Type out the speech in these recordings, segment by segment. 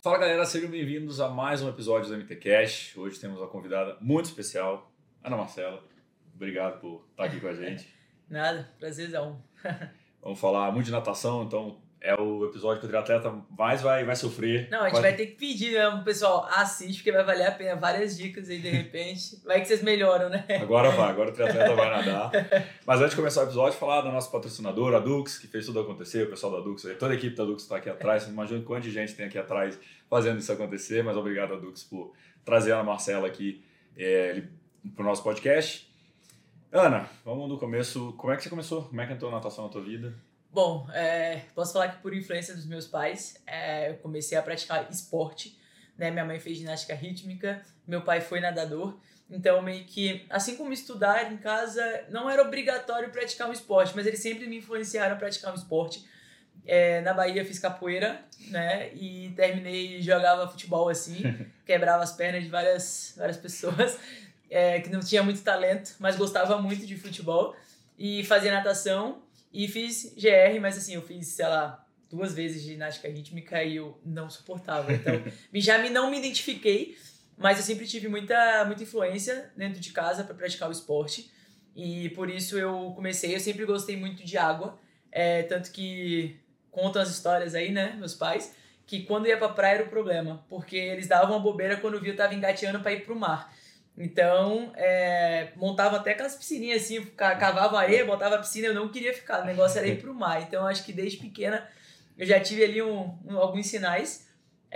Fala galera, sejam bem-vindos a mais um episódio do MTCast. Hoje temos uma convidada muito especial, Ana Marcela. Obrigado por estar aqui com a gente. Nada, prazerzão. Vamos falar muito de natação, então é o episódio que o triatleta mais vai sofrer. Não, a gente vai ter que pedir mesmo, pessoal, assiste, porque vai valer a pena. Várias dicas aí, de repente. Vai que vocês melhoram, né? Agora o triatleta vai nadar. Mas antes de começar o episódio, falar da nossa patrocinadora, a Dux, que fez tudo acontecer, o pessoal da Dux, toda a equipe da Dux está aqui atrás. Você imagina quanta gente tem aqui atrás fazendo isso acontecer, mas obrigado a Dux por trazer a Ana Marcela aqui para o nosso podcast. Ana, vamos do começo. Como é que você começou? Como é que entrou a natação na tua vida? Bom, posso falar que por influência dos meus pais, eu comecei a praticar esporte, né? Minha mãe fez ginástica rítmica, meu pai foi nadador, então meio que, assim como estudar em casa, não era obrigatório praticar um esporte, mas eles sempre me influenciaram a praticar um esporte. Na Bahia fiz capoeira, né? E terminei, jogava futebol assim, quebrava as pernas de várias pessoas que não tinha muito talento, mas gostava muito de futebol, e fazia natação. E fiz GR, mas assim, eu fiz, sei lá, 2 vezes ginástica rítmica e eu não suportava. Então, não me identifiquei, mas eu sempre tive muita influência dentro de casa para praticar o esporte. E por isso eu sempre gostei muito de água. Tanto que contam as histórias aí, né, meus pais, que quando ia pra praia era o problema, porque eles davam uma bobeira quando viu eu tava engateando para ir pro mar. Então, montava até aquelas piscininhas assim, cavava areia, botava a piscina, eu não queria ficar, o negócio era ir pro mar. Então, acho que desde pequena eu já tive ali alguns sinais.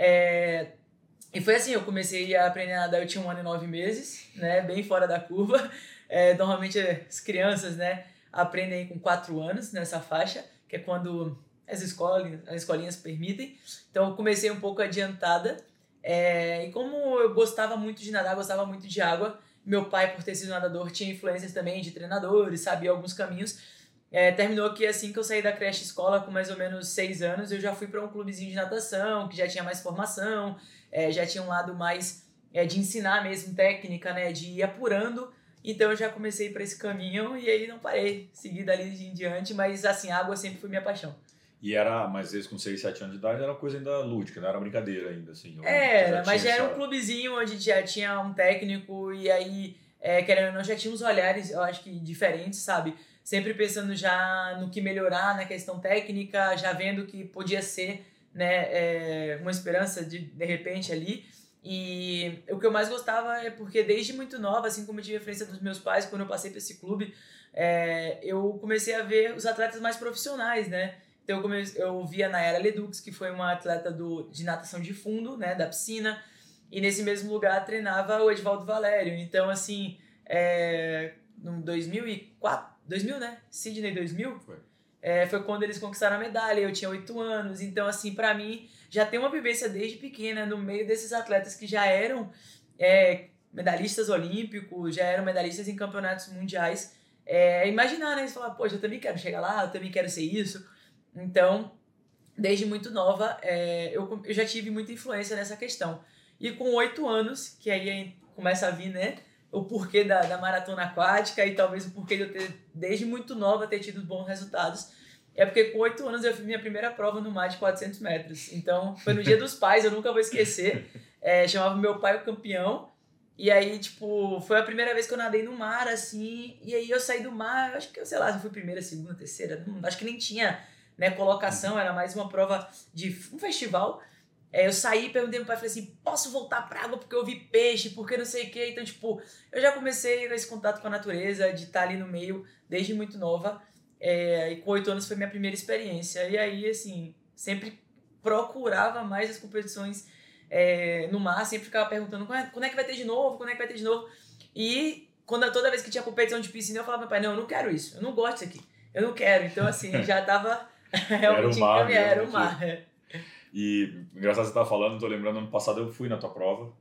E foi assim, eu comecei a aprender a nadar, eu tinha 1 ano e 9 meses, né, bem fora da curva. Normalmente as crianças, né, aprendem com 4 anos nessa faixa, que é quando as escolinhas permitem. Então, eu comecei um pouco adiantada. E como eu gostava muito de nadar, gostava muito de água, meu pai, por ter sido nadador, tinha influências também de treinadores, sabia alguns caminhos. Terminou que assim que eu saí da creche escola, com mais ou menos 6 anos, eu já fui para um clubezinho de natação, que já tinha mais formação, já tinha um lado mais de ensinar mesmo técnica, né, de ir apurando. Então eu já comecei para esse caminho e aí não parei, segui dali em diante, mas assim, a água sempre foi minha paixão. E mas às vezes com 6, 7 anos de idade era coisa ainda lúdica, não era brincadeira ainda, assim. Mas já era um clubezinho onde já tinha um técnico e aí, querendo ou não, já tinha uns olhares, eu acho que diferentes, sabe? Sempre pensando já no que melhorar na questão técnica, já vendo que podia ser, né, uma esperança de repente ali. E o que eu mais gostava é porque desde muito nova, assim como eu tive a influência dos meus pais, quando eu passei para esse clube, eu comecei a ver os atletas mais profissionais, né? Então eu via a Nayara Ledux, que foi uma atleta de natação de fundo, né, da piscina, e nesse mesmo lugar treinava o Edvaldo Valério. Então, assim, no 2000, né? Sydney 2000, foi quando eles conquistaram a medalha, eu tinha 8 anos. Então, assim, pra mim, já tem uma vivência desde pequena no meio desses atletas que já eram medalhistas olímpicos, já eram medalhistas em campeonatos mundiais. Imaginar, né? Você falar, poxa, eu também quero chegar lá, eu também quero ser isso. Então, desde muito nova, eu já tive muita influência nessa questão. E com 8 anos, que aí começa a vir, né, o porquê da maratona aquática e talvez o porquê de eu ter, desde muito nova, ter tido bons resultados, porque com 8 anos eu fiz minha primeira prova no mar de 400 metros. Então, foi no Dia dos Pais, eu nunca vou esquecer. Chamava meu pai o campeão. E aí, tipo, foi a primeira vez que eu nadei no mar, assim, e aí eu saí do mar, acho que, sei lá, eu fui primeira, segunda, terceira, acho que nem tinha, né, colocação, era mais uma prova de um festival. Eu saí, perguntei pro meu pai, falei assim, posso voltar pra água porque eu vi peixe, porque não sei o quê. Então, tipo, eu já comecei esse contato com a natureza, de estar ali no meio, desde muito nova. E com 8 anos foi minha primeira experiência. E aí, assim, sempre procurava mais as competições no mar, sempre ficava perguntando quando é que vai ter de novo, quando é que vai ter de novo. E toda vez que tinha competição de piscina, eu falava pro meu pai, não, eu não quero isso, eu não gosto disso aqui, eu não quero. Então, assim, já tava realmente encaminhado, era o mar. E engraçado você tava falando, tô lembrando, ano passado eu fui na tua prova,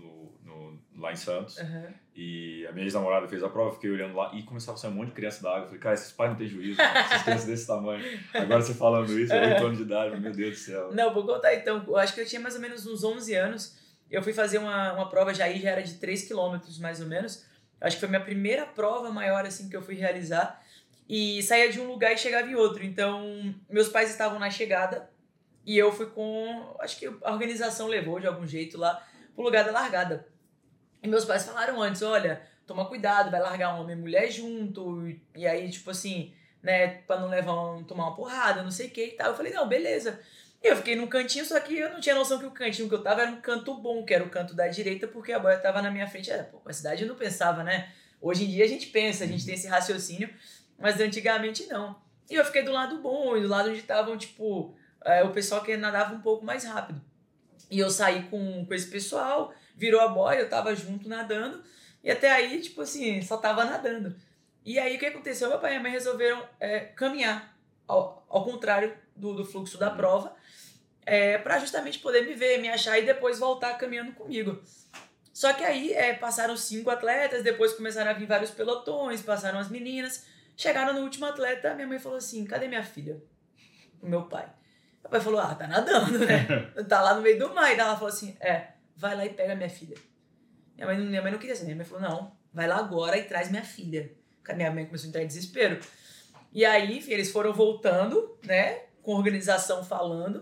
lá em Santos, e a minha ex-namorada fez a prova, eu fiquei olhando lá e começava a sair um monte de criança da água. Eu falei, cara, esses pais não têm juízo, essas crianças desse tamanho. Agora você falando isso, 8 anos de idade, meu Deus do céu. Não, vou contar então. Eu acho que eu tinha mais ou menos uns 11 anos. Eu fui fazer uma prova já era de 3 quilômetros mais ou menos. Acho que foi a minha primeira prova maior assim que eu fui realizar. E saía de um lugar e chegava em outro. Então, meus pais estavam na chegada E eu fui com... Acho que a organização levou de algum jeito lá pro lugar da largada. E meus pais falaram antes, olha, toma cuidado, vai largar homem e mulher junto. E aí, tipo assim, né, pra não tomar uma porrada, não sei o que e tal. Eu falei, não, beleza. E eu fiquei num cantinho, só que eu não tinha noção que o cantinho que eu tava era um canto bom, que era o canto da direita, porque a boia tava na minha frente. Com a cidade eu não pensava, né? Hoje em dia a gente pensa, a gente tem esse raciocínio, mas antigamente não. E eu fiquei do lado bom, e do lado onde estavam, tipo... o pessoal que nadava um pouco mais rápido. E eu saí com esse pessoal, virou a boia, eu tava junto nadando, e até aí, tipo assim, só tava nadando. E aí o que aconteceu? Meu pai e minha mãe resolveram caminhar, ao contrário do fluxo da prova, pra justamente poder me ver, me achar e depois voltar caminhando comigo. Só que aí passaram 5 atletas, depois começaram a vir vários pelotões, passaram as meninas, chegaram no último atleta, minha mãe falou assim, cadê minha filha? O meu pai. Meu pai falou, tá nadando, né? Tá lá no meio do mar. E ela falou assim, vai lá e pega minha filha. Minha mãe não queria saber. Minha mãe falou, não, vai lá agora e traz minha filha. Minha mãe começou a entrar em desespero. E aí, enfim, eles foram voltando, né? Com a organização falando.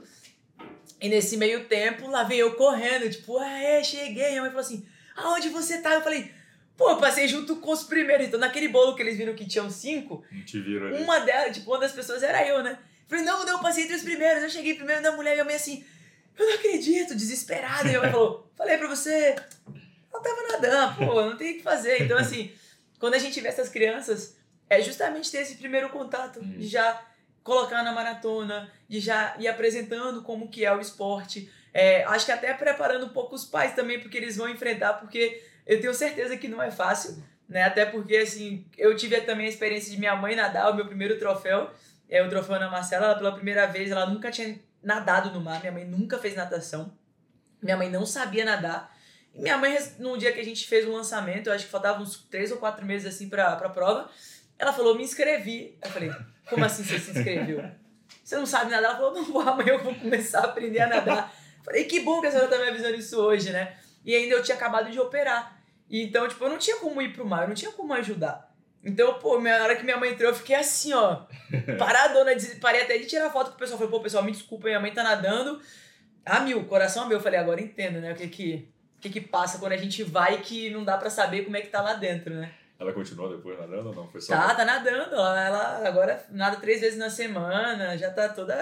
E nesse meio tempo, lá vem eu correndo, tipo, cheguei. Minha mãe falou assim, aonde você tá? Eu falei, eu passei junto com os primeiros. Então, naquele bolo que eles viram que tinham 5, não te viram ali. uma das pessoas era eu, né? Falei, não, eu passei entre os primeiros, eu cheguei primeiro da mulher, e minha mãe assim, eu não acredito, desesperada. E minha mãe falou, falei pra você, ela tava nadando, não tem o que fazer. Então, assim, quando a gente vê essas crianças, é justamente ter esse primeiro contato, de já colocar na maratona, de já ir apresentando como que é o esporte. Acho que até preparando um pouco os pais também, porque eles vão enfrentar, porque eu tenho certeza que não é fácil, né? Até porque, assim, eu tive também a experiência de minha mãe nadar, o meu primeiro troféu, o troféu Ana Marcela, ela, pela primeira vez, ela nunca tinha nadado no mar, minha mãe nunca fez natação, minha mãe não sabia nadar, e minha mãe, no dia que a gente fez o lançamento, eu acho que faltavam uns 3 ou 4 meses assim pra prova, ela falou, me inscrevi. Eu falei, como assim você se inscreveu? Você não sabe nadar? Ela falou, não, amanhã eu vou começar a aprender a nadar. Eu falei, que bom que a senhora tá me avisando isso hoje, né? E ainda eu tinha acabado de operar, então, tipo, eu não tinha como ir pro mar, eu não tinha como ajudar. Então, na hora que minha mãe entrou, eu fiquei assim, ó, paradona, parei até de tirar foto com o pessoal. Falei, pessoal, me desculpa, minha mãe tá nadando a mil, coração a mil. Eu falei, agora entendo, né, o que passa quando a gente vai que não dá pra saber como é que tá lá dentro, né? Ela continuou depois nadando ou não? Foi só tá nadando, ela agora nada 3 vezes na semana, já tá toda,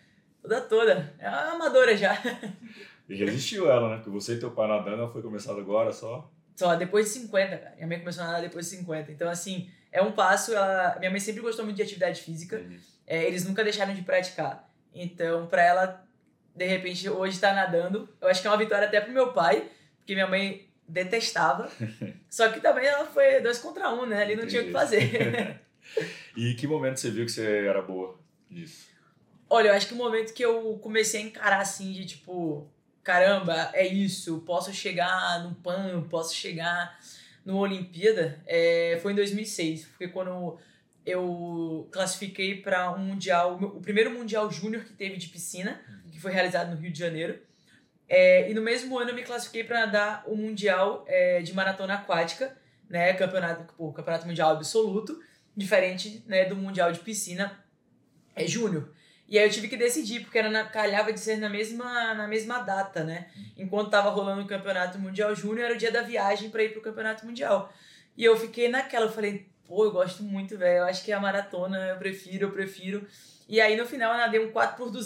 é uma amadora já. E resistiu ela, né, porque você e teu pai nadando, ela foi começado agora só depois de 50, cara. Minha mãe começou a nadar depois de 50. Então, assim, é um passo... Minha mãe sempre gostou muito de atividade física. Eles nunca deixaram de praticar. Então, pra ela, de repente, hoje tá nadando. Eu acho que é uma vitória até pro meu pai, porque minha mãe detestava. Só que também ela foi 2 contra 1, né? Ali não tinha o que fazer. E que momento você viu que você era boa nisso? Olha, eu acho que o momento que eu comecei a encarar, assim, de tipo... Caramba, é isso, posso chegar no PAN, posso chegar no Olimpíada, foi em 2006, foi quando eu classifiquei para um mundial, o primeiro mundial júnior que teve de piscina, que foi realizado no Rio de Janeiro, e no mesmo ano eu me classifiquei para nadar o mundial de maratona aquática, né, campeonato mundial absoluto, diferente, né, do mundial de piscina júnior. E aí eu tive que decidir, porque calhava de ser na mesma data, né? Enquanto tava rolando o Campeonato Mundial Júnior, era o dia da viagem para ir pro Campeonato Mundial. E eu fiquei naquela, eu falei, eu gosto muito, velho, eu acho que a maratona eu prefiro. E aí no final eu nadei um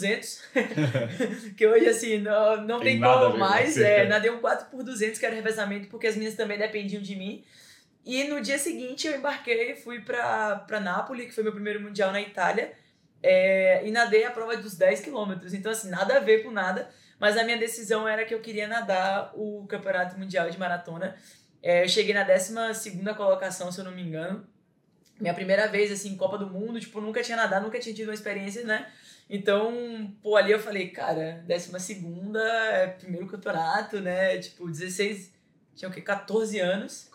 4x200, que hoje assim, não tem como mais, nadei um 4x200, que era revezamento, porque as meninas também dependiam de mim. E no dia seguinte eu embarquei, fui pra Nápoles, que foi meu primeiro mundial na Itália, e nadei a prova dos 10 quilômetros. Então, assim, nada a ver com nada, mas a minha decisão era que eu queria nadar o Campeonato Mundial de Maratona. Eu cheguei na 12ª colocação, se eu não me engano. Minha primeira vez, assim, em Copa do Mundo, tipo, nunca tinha nadado, nunca tinha tido uma experiência, né? Então, ali eu falei, cara, 12ª, primeiro campeonato, né? Tipo, 16, tinha o quê? 14 anos.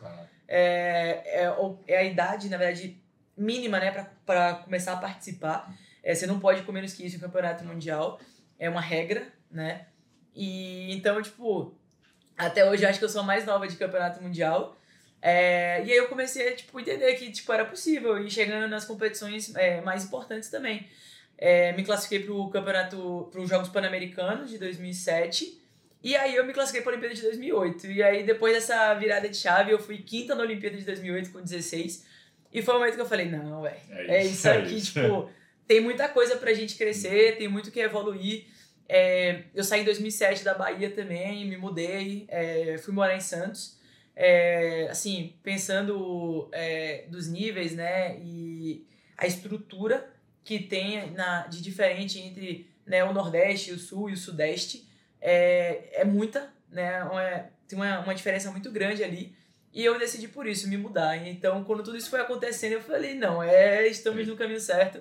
É a idade, na verdade, mínima, né, pra começar a participar. Você não pode comer menos que isso em campeonato mundial. É uma regra, né? E então, tipo, até hoje eu acho que eu sou a mais nova de campeonato mundial. E aí eu comecei a, tipo, entender que, tipo, era possível ir chegando nas competições mais importantes também. me classifiquei para os Jogos Pan-Americanos de 2007. E aí eu me classifiquei para a Olimpíada de 2008. E aí depois dessa virada de chave, eu fui quinta na Olimpíada de 2008 com 16. E foi o momento que eu falei, não, velho, é isso aqui, tipo, tem muita coisa pra gente crescer, tem muito que evoluir. Eu saí em 2007 da Bahia também, me mudei, fui morar em Santos. Assim, pensando dos níveis, né, e a estrutura que tem de diferente entre, né, o Nordeste, o Sul e o Sudeste, é muita, né, tem uma diferença muito grande ali. E eu decidi por isso me mudar. Então, quando tudo isso foi acontecendo, eu falei, não, estamos no caminho certo.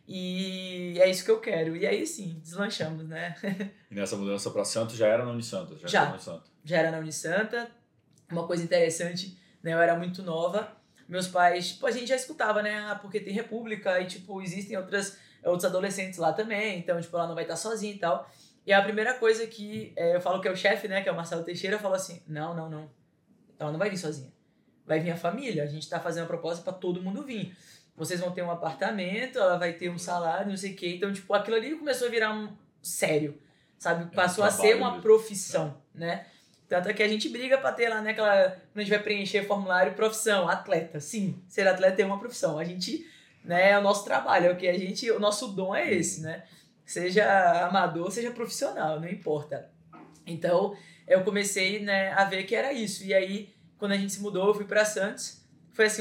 E é isso que eu quero. E aí sim, deslanchamos, né? E nessa mudança para Santos já era na Unisanta? Já era na Unisanta. Uma coisa interessante, né? Eu era muito nova. Meus pais, a gente já escutava, né? Porque tem República e, existem outros adolescentes lá também. Então, ela não vai estar sozinha e tal. E a primeira coisa que eu falo que é o chefe, né? Que é o Marcelo Teixeira, falou assim, não. Ela não vai vir sozinha. Vai vir a família. A gente tá fazendo uma proposta para todo mundo vir. Vocês vão ter um apartamento, ela vai ter um salário, não sei o quê. Então, aquilo ali começou a virar sério, sabe? Passou a ser uma profissão, né? Tanto é que a gente briga para ter lá, né? Quando a gente vai preencher formulário, profissão, atleta. Sim, ser atleta é uma profissão. A gente, né? É o nosso trabalho, o nosso dom é esse, né? Seja amador, seja profissional, não importa. Então, eu comecei, né, a ver que era isso. E aí, quando a gente se mudou, eu fui para Santos. Foi assim,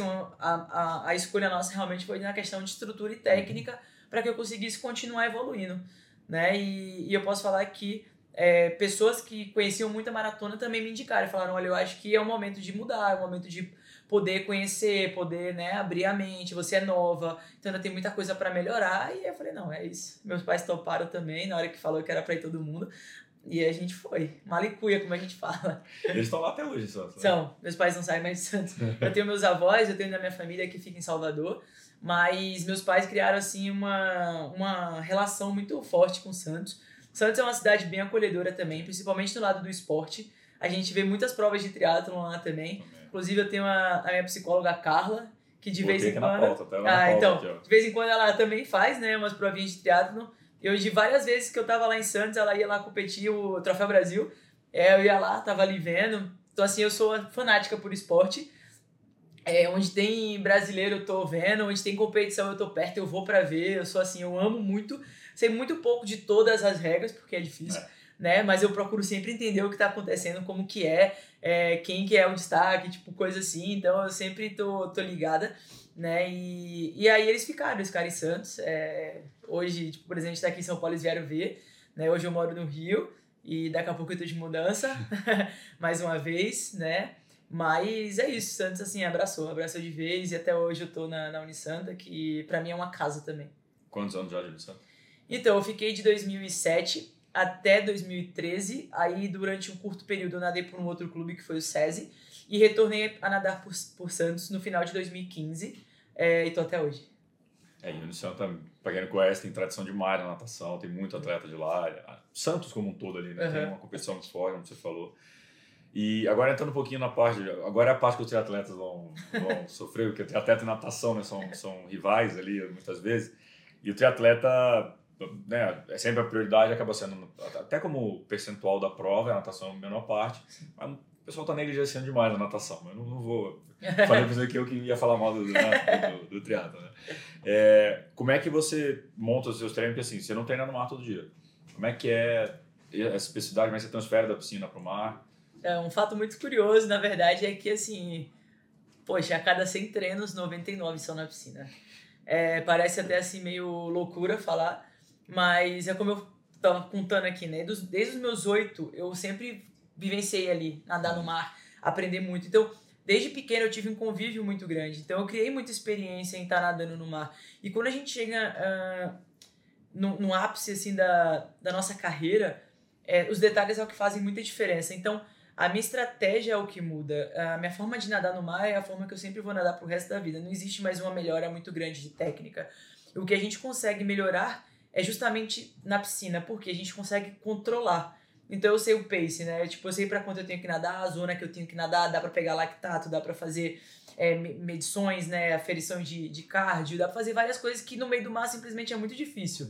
a escolha nossa realmente foi na questão de estrutura e técnica para que eu conseguisse continuar evoluindo, né? E eu posso falar que pessoas que conheciam muito a maratona também me indicaram. Falaram, olha, eu acho que é o momento de mudar, é o momento de poder conhecer, poder, né, abrir a mente. Você é nova, então ainda tem muita coisa para melhorar. E eu falei, não, é isso. Meus pais toparam também, na hora que falou que era para ir todo mundo. E a gente foi. Malicuia, como a gente fala. Eles estão lá até hoje, Santos. Né? São. Meus pais não saem mais de Santos. Eu tenho meus avós, eu tenho da minha família que fica em Salvador. Mas meus pais criaram, assim, uma relação muito forte com Santos. Santos é uma cidade bem acolhedora também, principalmente do lado do esporte. A gente vê muitas provas de triatlon lá também. Inclusive, eu tenho a minha psicóloga, Carla, que de vez em quando... de vez em quando ela também faz, né, umas provinhas de triatlon. De várias vezes que eu tava lá em Santos, ela ia lá competir o Troféu Brasil. Eu ia lá, tava ali vendo. Então, assim, eu sou fanática por esporte. Onde tem brasileiro, eu tô vendo. Onde tem competição, eu tô perto, eu vou pra ver. Eu sou assim, eu amo muito. Sei muito pouco de todas as regras, porque é difícil, né? Mas eu procuro sempre entender o que tá acontecendo, como que quem que é o destaque, coisa assim. Então, eu sempre tô ligada. Né? E aí eles ficaram em Santos. Hoje, por exemplo, a gente tá aqui em São Paulo, eles vieram ver, né? Hoje eu moro no Rio e daqui a pouco eu tô de mudança mais uma vez, né? Mas é isso, Santos assim abraçou de vez e até hoje eu tô na Unisanta, que pra mim é uma casa também. Quantos anos já de Unisanta? Então, eu fiquei de 2007 até 2013, aí durante um curto período eu nadei por um outro clube que foi o SESI e retornei a nadar por Santos no final de 2015. E tô até hoje. E o Unisanta, pra quem não conhece, tem tradição demais na natação, tem muito atleta de lá. Santos como um todo ali, né? Tem uma competição muito forte, como você falou. E agora entrando um pouquinho na parte... Agora é a parte que os triatletas vão sofrer, porque o triatleta e natação, né, são rivais ali, muitas vezes. E o triatleta, né, é sempre a prioridade, acaba sendo... Até como percentual da prova, a natação é a menor parte. Mas o pessoal tá negligenciando demais a natação. Eu não vou... Falei pra você que eu que ia falar mal do triatlo, né? Como é que você monta os seus treinos? Porque assim, você não treina no mar todo dia. Como é que é essa especificidade? Como é que você transfere da piscina para o mar? Um fato muito curioso, na verdade, é que assim... Poxa, a cada 100 treinos, 99 são na piscina. Parece até assim meio loucura falar, mas é como eu tava contando aqui, né? Desde os meus 8, eu sempre vivenciei ali, nadar no mar, aprender muito. Então... Desde pequeno eu tive um convívio muito grande, então eu criei muita experiência em estar nadando no mar. E quando a gente chega no ápice assim, da nossa carreira, os detalhes é o que fazem muita diferença. Então, a minha estratégia é o que muda. A minha forma de nadar no mar é a forma que eu sempre vou nadar pro resto da vida. Não existe mais uma melhora muito grande de técnica. O que a gente consegue melhorar é justamente na piscina, porque a gente consegue controlar. Então eu sei o pace, né? Eu sei pra quanto eu tenho que nadar, a zona que eu tenho que nadar, dá pra pegar lactato, dá pra fazer medições, né? Aferições de cardio, dá pra fazer várias coisas que no meio do mar simplesmente é muito difícil.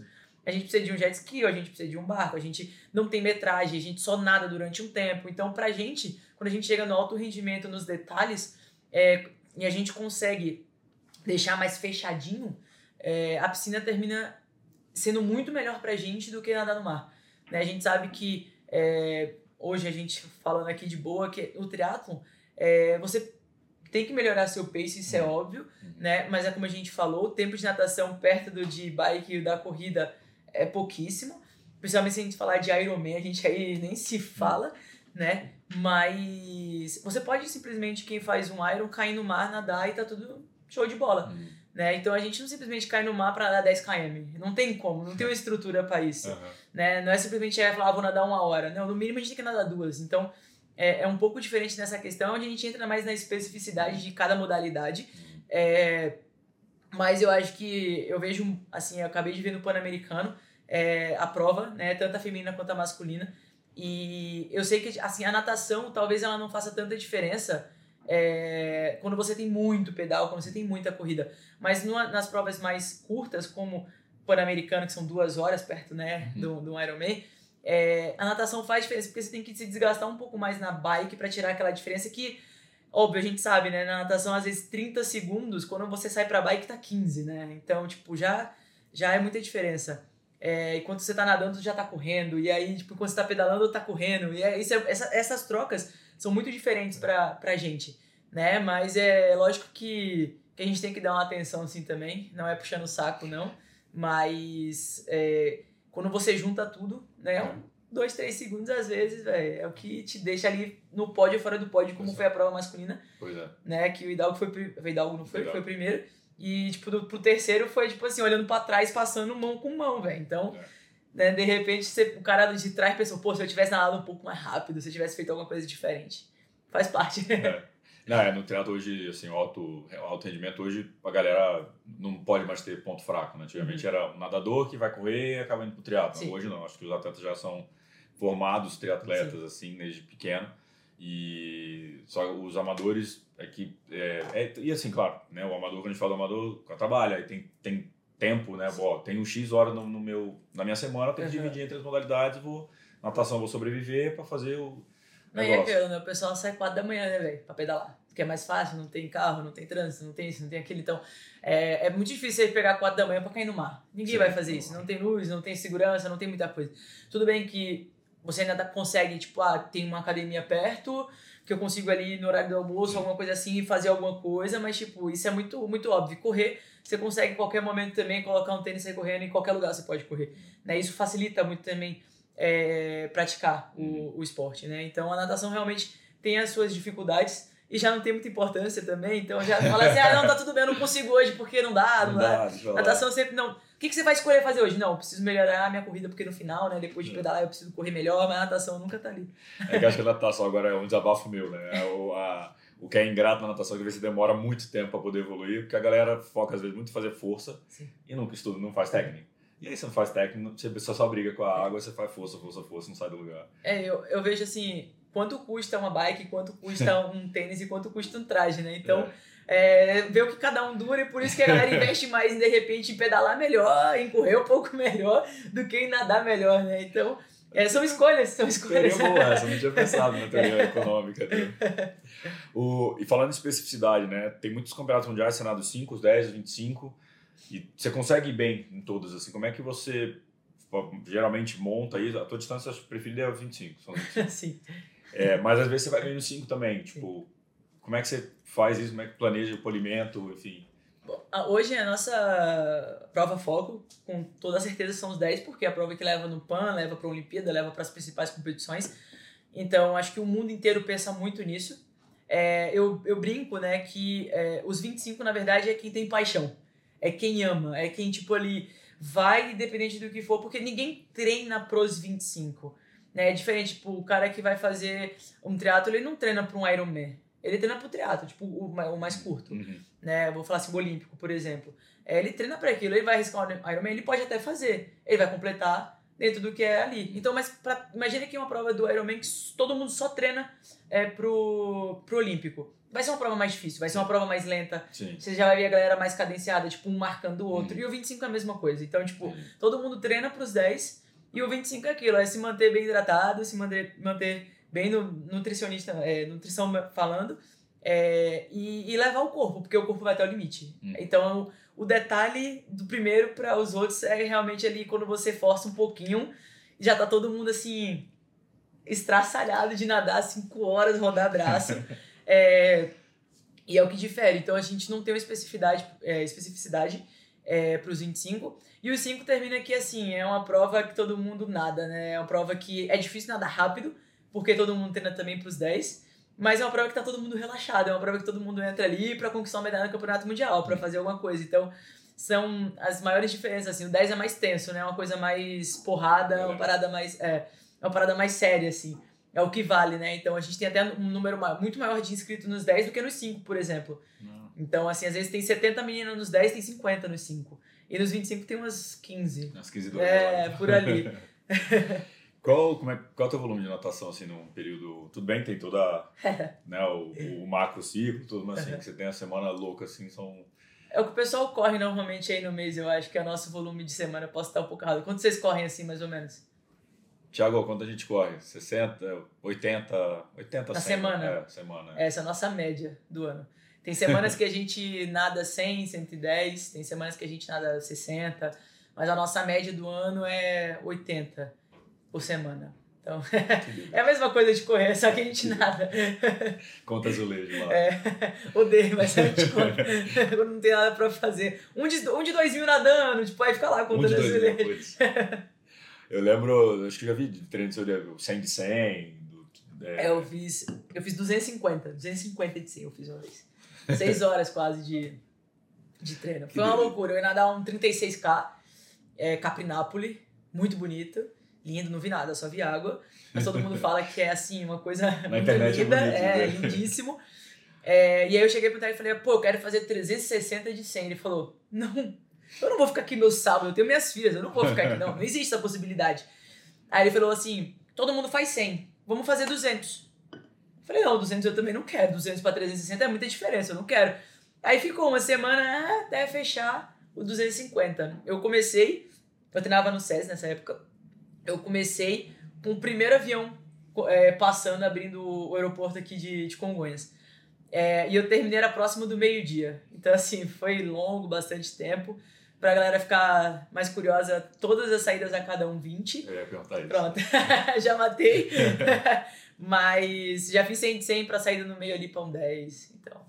a gente precisa de um jet ski, ou a gente precisa de um barco, a gente não tem metragem, a gente só nada durante um tempo. Então, pra gente, quando a gente chega no alto rendimento, nos detalhes, e a gente consegue deixar mais fechadinho, a piscina termina sendo muito melhor pra gente do que nadar no mar. Né? A gente sabe que, hoje a gente falando aqui de boa, que o triatlon, você tem que melhorar seu pace, isso é óbvio, né? Mas é como a gente falou, o tempo de natação perto do de bike e da corrida é pouquíssimo. Principalmente se a gente falar de Ironman, a gente aí nem se fala, né? Mas você pode simplesmente, quem faz um Iron, cair no mar, nadar e tá tudo show de bola. Né? Então a gente não simplesmente cai no mar para nadar 10 km. Não tem como, não tem uma estrutura para isso. Né? Não é simplesmente falar, vou nadar 1 hora. Não, no mínimo a gente tem que nadar 2. Então é um pouco diferente nessa questão, onde a gente entra mais na especificidade de cada modalidade. Mas eu acho que eu vejo, assim, eu acabei de ver no Pan-Americano a prova, né? Tanto a feminina quanto a masculina. E eu sei que assim, a natação talvez ela não faça tanta diferença quando você tem muito pedal, quando você tem muita corrida. Mas nas provas mais curtas, como o Pan-Americano, que são 2 horas perto, né, do Ironman, a natação faz diferença, porque você tem que se desgastar um pouco mais na bike para tirar aquela diferença que, óbvio, a gente sabe, né, na natação às vezes 30 segundos, quando você sai pra bike tá 15, né, então, tipo, já é muita diferença. Enquanto você tá nadando, tu já tá correndo, e aí, tipo, quando você tá pedalando, tá correndo, e essas trocas são muito diferentes pra gente, né, mas é lógico que a gente tem que dar uma atenção assim também, não é puxando o saco, não, mas quando você junta tudo, né, 2, 3 segundos às vezes, velho, é o que te deixa ali no pódio ou fora do pódio, como foi a prova masculina, né, que o Hidalgo foi o primeiro, e tipo, pro terceiro foi tipo assim, olhando pra trás, passando mão com mão, velho, então, né, de repente o cara de trás pensou, pô, se eu tivesse nadado um pouco mais rápido, se eu tivesse feito alguma coisa diferente, faz parte. Não, no triatlo hoje, assim, o alto rendimento, hoje a galera não pode mais ter ponto fraco, né? Antigamente era um nadador que vai correr e acaba indo pro triatlo. Hoje não, acho que os atletas já são formados triatletas, assim, desde pequeno. E só os amadores e assim, claro, né? O amador, quando a gente fala do amador, trabalha, aí tem tempo, né? Tem um X hora na minha semana, eu tenho que dividir entre as modalidades, natação vou sobreviver para fazer o Não, e é aquilo, né? O pessoal sai 4 da manhã, né, velho? Pra pedalar. Porque é mais fácil, não tem carro, não tem trânsito, não tem isso, não tem aquilo. Então, é muito difícil você pegar 4 da manhã pra cair no mar. Ninguém vai fazer isso. Não tem luz, não tem segurança, não tem muita coisa. Tudo bem que você ainda consegue, tipo, tem uma academia perto, que eu consigo ali no horário do almoço, alguma coisa assim, fazer alguma coisa, mas, tipo, isso é muito, muito óbvio. Correr, você consegue em qualquer momento também colocar um tênis e sair correndo, em qualquer lugar você pode correr. Né? Isso facilita muito também praticar o esporte, né? Então a natação realmente tem as suas dificuldades e já não tem muita importância também, então já fala assim, não, tá tudo bem, eu não consigo hoje porque não dá. Natação sempre não. O que você vai escolher fazer hoje? Não, eu preciso melhorar a minha corrida porque no final, né, depois de pedalar eu preciso correr melhor, mas a natação nunca tá ali. Que eu acho que a natação agora é um desabafo meu, né? O que é ingrato na natação é que às vezes demora muito tempo para poder evoluir, porque a galera foca às vezes muito em fazer força e nunca estuda, não faz técnica. E aí você não faz técnico, você só briga com a água, você faz força, não sai do lugar. Eu vejo assim, quanto custa uma bike, quanto custa um tênis e quanto custa um traje, né? Então, ver o que cada um dura e por isso que a galera investe mais em, de repente, em pedalar melhor, em correr um pouco melhor do que em nadar melhor, né? Então, são escolhas. Teoria boa essa, não tinha pensado na teoria econômica. E falando em especificidade, né? Tem muitos campeonatos mundiais, você nada os 5, os 10, os 25... E você consegue ir bem em todos, assim, como é que você geralmente monta isso? A tua distância preferida é 25, são 25. Sim. Mas às vezes você vai bem no 5 também, tipo, como é que você faz isso, como é que planeja o polimento, enfim? Bom, hoje a nossa prova foco, com toda certeza, são os 10, porque é a prova que leva no PAN, leva para a Olimpíada, leva para as principais competições, então acho que o mundo inteiro pensa muito nisso. Eu brinco, né, que os 25, na verdade, é quem tem paixão. É quem ama, é quem, tipo, ali vai independente do que for, porque ninguém treina pros 25, né? É diferente, tipo, o cara que vai fazer um triatlo, ele não treina pra um Ironman, ele treina pro triatlo, tipo, o mais curto, né? Eu vou falar assim, o olímpico, por exemplo. Ele treina pra aquilo, ele vai arriscar um Ironman, ele pode até fazer, ele vai completar, dentro do que é ali. Então, mas imagina que uma prova do Ironman que todo mundo só treina pro Olímpico. Vai ser uma prova mais difícil, vai ser uma prova mais lenta. Sim. Você já vai ver a galera mais cadenciada, tipo, um marcando o outro. E o 25 é a mesma coisa. Então, tipo, todo mundo treina pros 10 e o 25 é aquilo, é se manter bem hidratado, se manter bem nutricionista, nutrição falando, e levar o corpo, porque o corpo vai até o limite. Então, o detalhe do primeiro para os outros é realmente ali quando você força um pouquinho, já tá todo mundo assim, estraçalhado de nadar 5 horas, rodar braço. E é o que difere. Então a gente não tem uma especificidade para os 25. E os 5 termina que assim, é uma prova que todo mundo nada, né? É uma prova que é difícil nadar rápido, porque todo mundo treina também para os 10. Mas é uma prova que tá todo mundo relaxado, é uma prova que todo mundo entra ali para conquistar uma medalha no campeonato mundial, para fazer alguma coisa. Então, são as maiores diferenças, assim. O 10 é mais tenso, né? É uma coisa mais porrada, uma parada mais séria, assim. É o que vale, né? Então, a gente tem até um número muito maior de inscritos nos 10 do que nos 5, por exemplo. Então, assim, às vezes tem 70 meninas nos 10, tem 50 nos 5. E nos 25 tem umas 15. Umas 15 dólares. Por ali. Qual é o teu volume de natação, assim, num período... Tudo bem, tem toda, né, o macro ciclo, tudo, mas assim, que você tem a semana louca, assim, são... É o que o pessoal corre normalmente aí no mês, eu acho que é o nosso volume de semana. Eu posso estar um pouco errado. Quanto vocês correm assim, mais ou menos? Thiago, quanto a gente corre? 60, 80 Na 100? semana? Semana. Essa é a nossa média do ano. Tem semanas que a gente nada 100, 110, tem semanas que a gente nada 60, mas a nossa média do ano é 80 por semana. Então, é a mesma coisa de correr, só que a gente nada. Conta azulejo lá. Odeio, mas a gente conta. Quando não tem nada pra fazer. Um de 2 mil nadando, tipo, aí fica lá contando azulejo. Eu lembro, acho que já vi treino de 100 de 100. Eu fiz 250 de 100 eu fiz uma vez. 6 horas quase de treino. Foi uma loucura. Eu ia nadar um 36K, Caprinápolis, muito bonito. Lindo, não vi nada, só vi água. Mas todo mundo fala que é assim, uma coisa muito linda. Lindíssimo. E aí eu cheguei pro cara e falei, pô, eu quero fazer 360 de 100. Ele falou, não, eu não vou ficar aqui meu sábado, eu tenho minhas filhas, eu não vou ficar aqui, não existe essa possibilidade. Aí ele falou assim, todo mundo faz 100, vamos fazer 200. Eu falei, não, 200 eu também não quero, 200 pra 360 é muita diferença, eu não quero. Aí ficou uma semana até fechar o 250. Eu treinava no SES nessa época. Eu comecei com o primeiro avião passando, abrindo o aeroporto aqui de Congonhas. E eu terminei, era próximo do meio-dia. Então, assim, foi longo, bastante tempo. Pra galera ficar mais curiosa, todas as saídas a cada 1,20. Eu ia perguntar isso. Pronto, já matei. Mas já fiz 100 de 100 pra saída no meio ali pra 1,10. Então...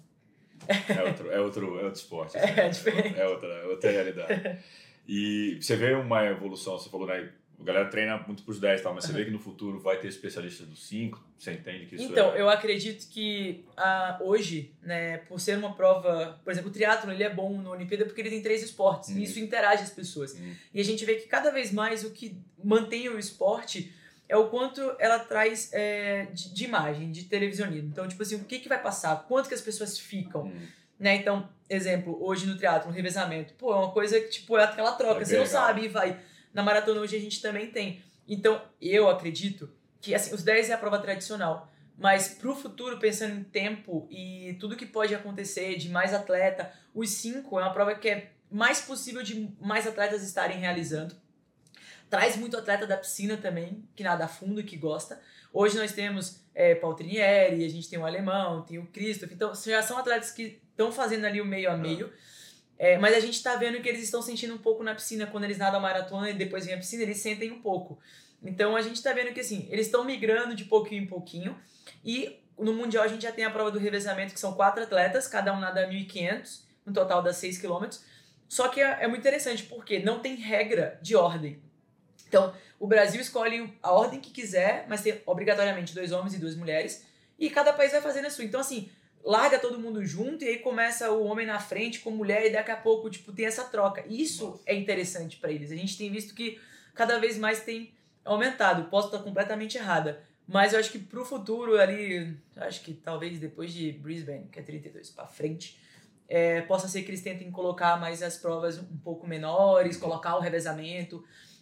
É outro esporte. Assim, é diferente. É outra realidade. E você vê uma evolução, você falou, né? A galera treina muito pros 10 e tal, mas você vê que no futuro vai ter especialistas dos 5, você entende que isso Então, eu acredito que hoje, né, por ser uma prova... Por exemplo, o triatlon, ele é bom na Olimpíada porque ele tem 3 esportes, e isso interage as pessoas. E a gente vê que cada vez mais o que mantém o esporte é o quanto ela traz de imagem, de televisionismo. Então, tipo assim, o que vai passar? Quanto que as pessoas ficam? Né? Então, exemplo, hoje no triatlon, revezamento. Pô, é uma coisa que, tipo, é aquela troca. Você não sabe e vai... Na maratona hoje a gente também tem. Então, eu acredito que assim, os 10 é a prova tradicional. Mas pro futuro, pensando em tempo e tudo que pode acontecer de mais atleta, os 5 é uma prova que é mais possível de mais atletas estarem realizando. Traz muito atleta da piscina também, que nada a fundo e que gosta. Hoje nós temos Paul Trinieri, a gente tem o alemão, tem o Christoph. Então, já são atletas que estão fazendo ali o meio a meio. Mas a gente está vendo que eles estão sentindo um pouco na piscina. Quando eles nadam a maratona e depois vem a piscina, eles sentem um pouco. Então a gente está vendo que assim, eles estão migrando de pouquinho em pouquinho. E no Mundial a gente já tem a prova do revezamento, que são 4 atletas, cada um nada 1.500, no total dá 6 km. Só que é muito interessante, porque não tem regra de ordem. Então, o Brasil escolhe a ordem que quiser, mas tem obrigatoriamente 2 homens e 2 mulheres. E cada país vai fazendo a sua. Então, assim... larga todo mundo junto e aí começa o homem na frente com a mulher e daqui a pouco, tipo, tem essa troca. Isso é interessante pra eles. A gente tem visto que cada vez mais tem aumentado. Posso estar completamente errada, mas eu acho que pro futuro ali, acho que talvez depois de Brisbane, que é 32 pra frente, possa ser que eles tentem colocar mais as provas um pouco menores, colocar o revezamento.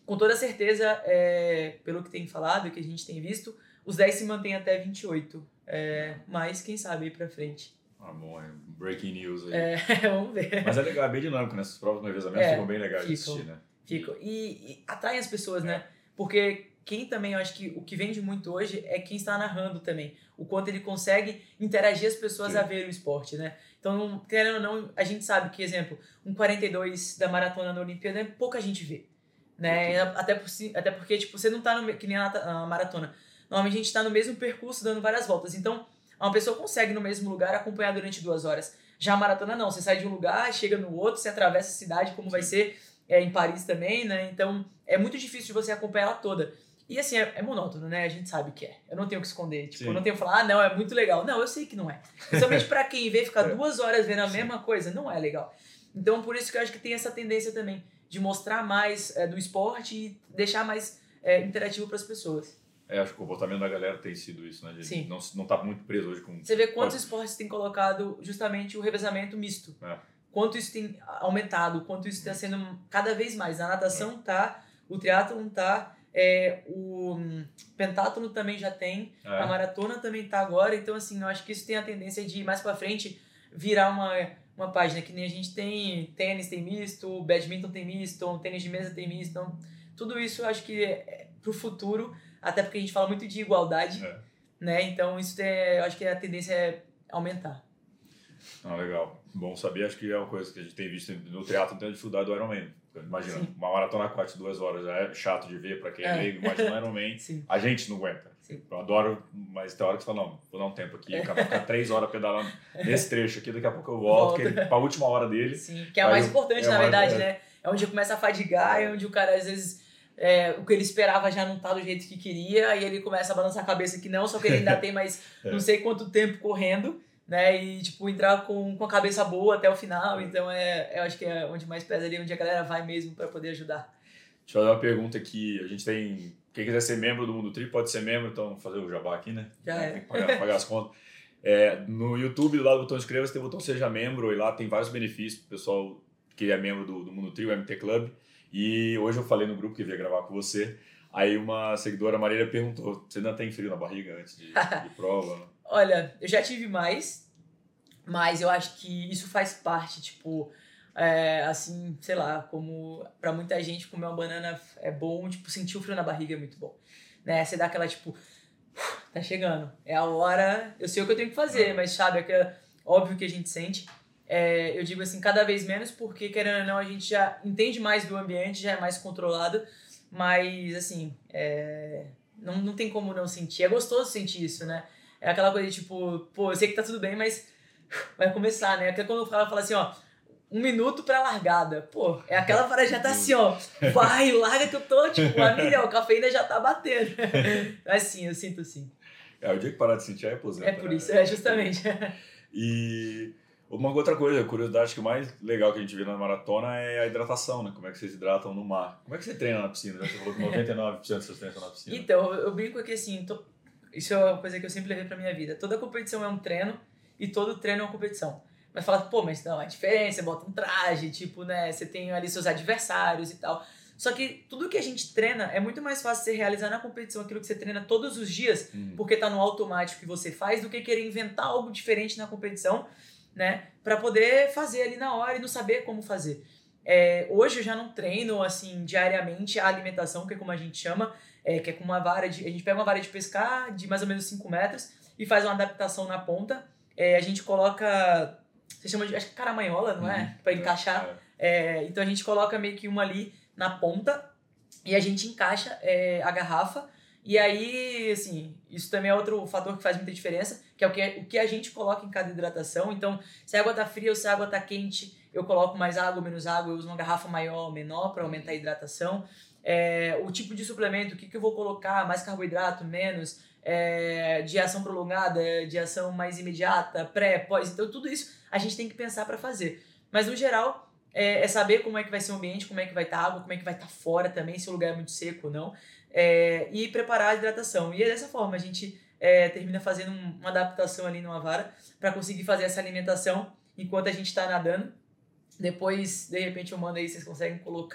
com toda certeza, pelo que tem falado, que a gente tem visto, os 10 se mantêm até 28. Mas quem sabe ir pra frente. Bom, breaking news aí. Vamos ver. Mas é legal, é bem dinâmico, né? Essas provas no revezamento ficam bem legais de assistir, né? Ficam. E atraem as pessoas, né? Porque quem também, eu acho que o que vende muito hoje é quem está narrando também. O quanto ele consegue interagir as pessoas a ver o esporte, né? Então, querendo ou não, a gente sabe que, exemplo, um 42 da maratona na Olimpíada, pouca gente vê. Né? Até porque, tipo, você não tá que nem na maratona. Normalmente a gente tá no mesmo percurso, dando várias voltas. Então, uma pessoa consegue no mesmo lugar acompanhar durante 2 horas. Já a maratona não, você sai de um lugar, chega no outro, você atravessa a cidade, como vai ser em Paris também, né? Então, é muito difícil de você acompanhar ela toda. E assim, é monótono, né? A gente sabe que é. Eu não tenho o que esconder. Tipo, eu não tenho que falar, não, é muito legal. Não, eu sei que não é. Principalmente pra quem vê ficar 2 horas vendo a mesma coisa, não é legal. Então, por isso que eu acho que tem essa tendência também de mostrar mais do esporte e deixar mais interativo para as pessoas. Acho que o comportamento da galera tem sido isso, né? Sim. Não tá muito preso hoje com... Você vê quantos esportes tem colocado justamente o revezamento misto. Quanto isso tem aumentado, quanto isso está sendo cada vez mais. A natação tá, o triatlon tá, o pentatlo também já tem, a maratona também tá agora. Então, assim, eu acho que isso tem a tendência de, mais para frente, virar uma página, que nem a gente tem tênis, tem misto, badminton tem misto, tênis de mesa tem misto. Então, tudo isso eu acho que pro futuro, até porque a gente fala muito de igualdade, né? Então, isso eu acho que a tendência é aumentar. Legal. Bom saber, acho que é uma coisa que a gente tem visto no triatlo, tem a dificuldade do Ironman. Imagina, uma maratona aquática de 2 horas já é chato de ver para quem é leigo, imagina o Ironman, a gente não aguenta. Sim. Eu adoro, mas tem hora que você fala, não, vou dar um tempo aqui, acaba ficar 3 horas pedalando nesse trecho aqui, daqui a pouco eu volto, para a última hora dele. Sim, que é o mais importante, na verdade, né? É onde começa a fadigar, é onde o cara, às vezes, o que ele esperava já não tá do jeito que queria, aí ele começa a balançar a cabeça que não, só que ele ainda tem mais não sei quanto tempo correndo, né? E, tipo, entrar com a cabeça boa até o final. Então, eu acho que é onde mais pesa ali, onde a galera vai mesmo para poder ajudar. Deixa eu fazer uma pergunta aqui. A gente tem... Quem quiser ser membro do Mundo Tri, pode ser membro. Então, fazer o jabá aqui, né? Tem que pagar as contas. No YouTube, do lado do botão inscreva-se, tem o botão Seja Membro. E lá tem vários benefícios pro pessoal que é membro do Mundo Tri, o MT Club. E hoje eu falei no grupo que ia gravar com você. Aí uma seguidora, Marília, perguntou, você ainda tem frio na barriga antes de prova? Olha, eu já tive mais, mas eu acho que isso faz parte, tipo, assim, sei lá, como pra muita gente comer uma banana é bom, tipo, sentir o frio na barriga é muito bom, né? Você dá aquela, tipo, tá chegando, é a hora, eu sei o que eu tenho que fazer, mas sabe, óbvio que a gente sente. Eu digo assim, cada vez menos, porque querendo ou não, a gente já entende mais do ambiente, já é mais controlado, mas assim, não tem como não sentir, é gostoso sentir isso, né? É aquela coisa de tipo, pô, eu sei que tá tudo bem, mas vai começar, né? Até quando o cara fala assim, ó, 1 minuto pra largada. Pô, aquela parada já tá assim, ó, vai, larga que eu tô, tipo, a milhão, o café ainda já tá batendo. Mas sim, eu sinto sim. O dia que parar de sentir é aposenta. É por isso, justamente. E uma outra coisa, a curiosidade que o mais legal que a gente vê na maratona é a hidratação, né? Como é que vocês hidratam no mar? Como é que você treina na piscina? Você falou que 99% dos seus treinos são na piscina. Então, eu brinco aqui assim, isso é uma coisa que eu sempre levei pra minha vida. Toda competição é um treino e todo treino é uma competição. Mas fala, pô, mas não, é diferente, você bota um traje, tipo, né, você tem ali seus adversários e tal. Só que tudo que a gente treina é muito mais fácil você realizar na competição aquilo que você treina todos os dias, porque tá no automático que você faz, do que querer inventar algo diferente na competição, né, pra poder fazer ali na hora e não saber como fazer. Hoje eu já não treino, assim, diariamente a alimentação, que é como a gente chama, que é com uma vara a gente pega uma vara de pescar de mais ou menos 5 metros e faz uma adaptação na ponta. A gente coloca, você chama de, acho que caramanhola, não é? Pra encaixar. Então a gente coloca meio que uma ali na ponta e a gente encaixa a garrafa. E aí, assim, isso também é outro fator que faz muita diferença, que é o que a gente coloca em cada hidratação. Então, se a água tá fria ou se a água tá quente, eu coloco mais água ou menos água, eu uso uma garrafa maior ou menor para aumentar a hidratação. O tipo de suplemento, o que eu vou colocar, mais carboidrato, menos, de ação prolongada, de ação mais imediata, pré, pós. Então, tudo isso a gente tem que pensar para fazer. Mas, no geral, é saber como é que vai ser o ambiente, como é que vai estar a água, como é que vai estar fora também, se o lugar é muito seco ou não. E preparar a hidratação. E dessa forma a gente termina fazendo uma adaptação ali numa vara para conseguir fazer essa alimentação enquanto a gente está nadando. Depois, de repente, eu mando aí, vocês conseguem colocar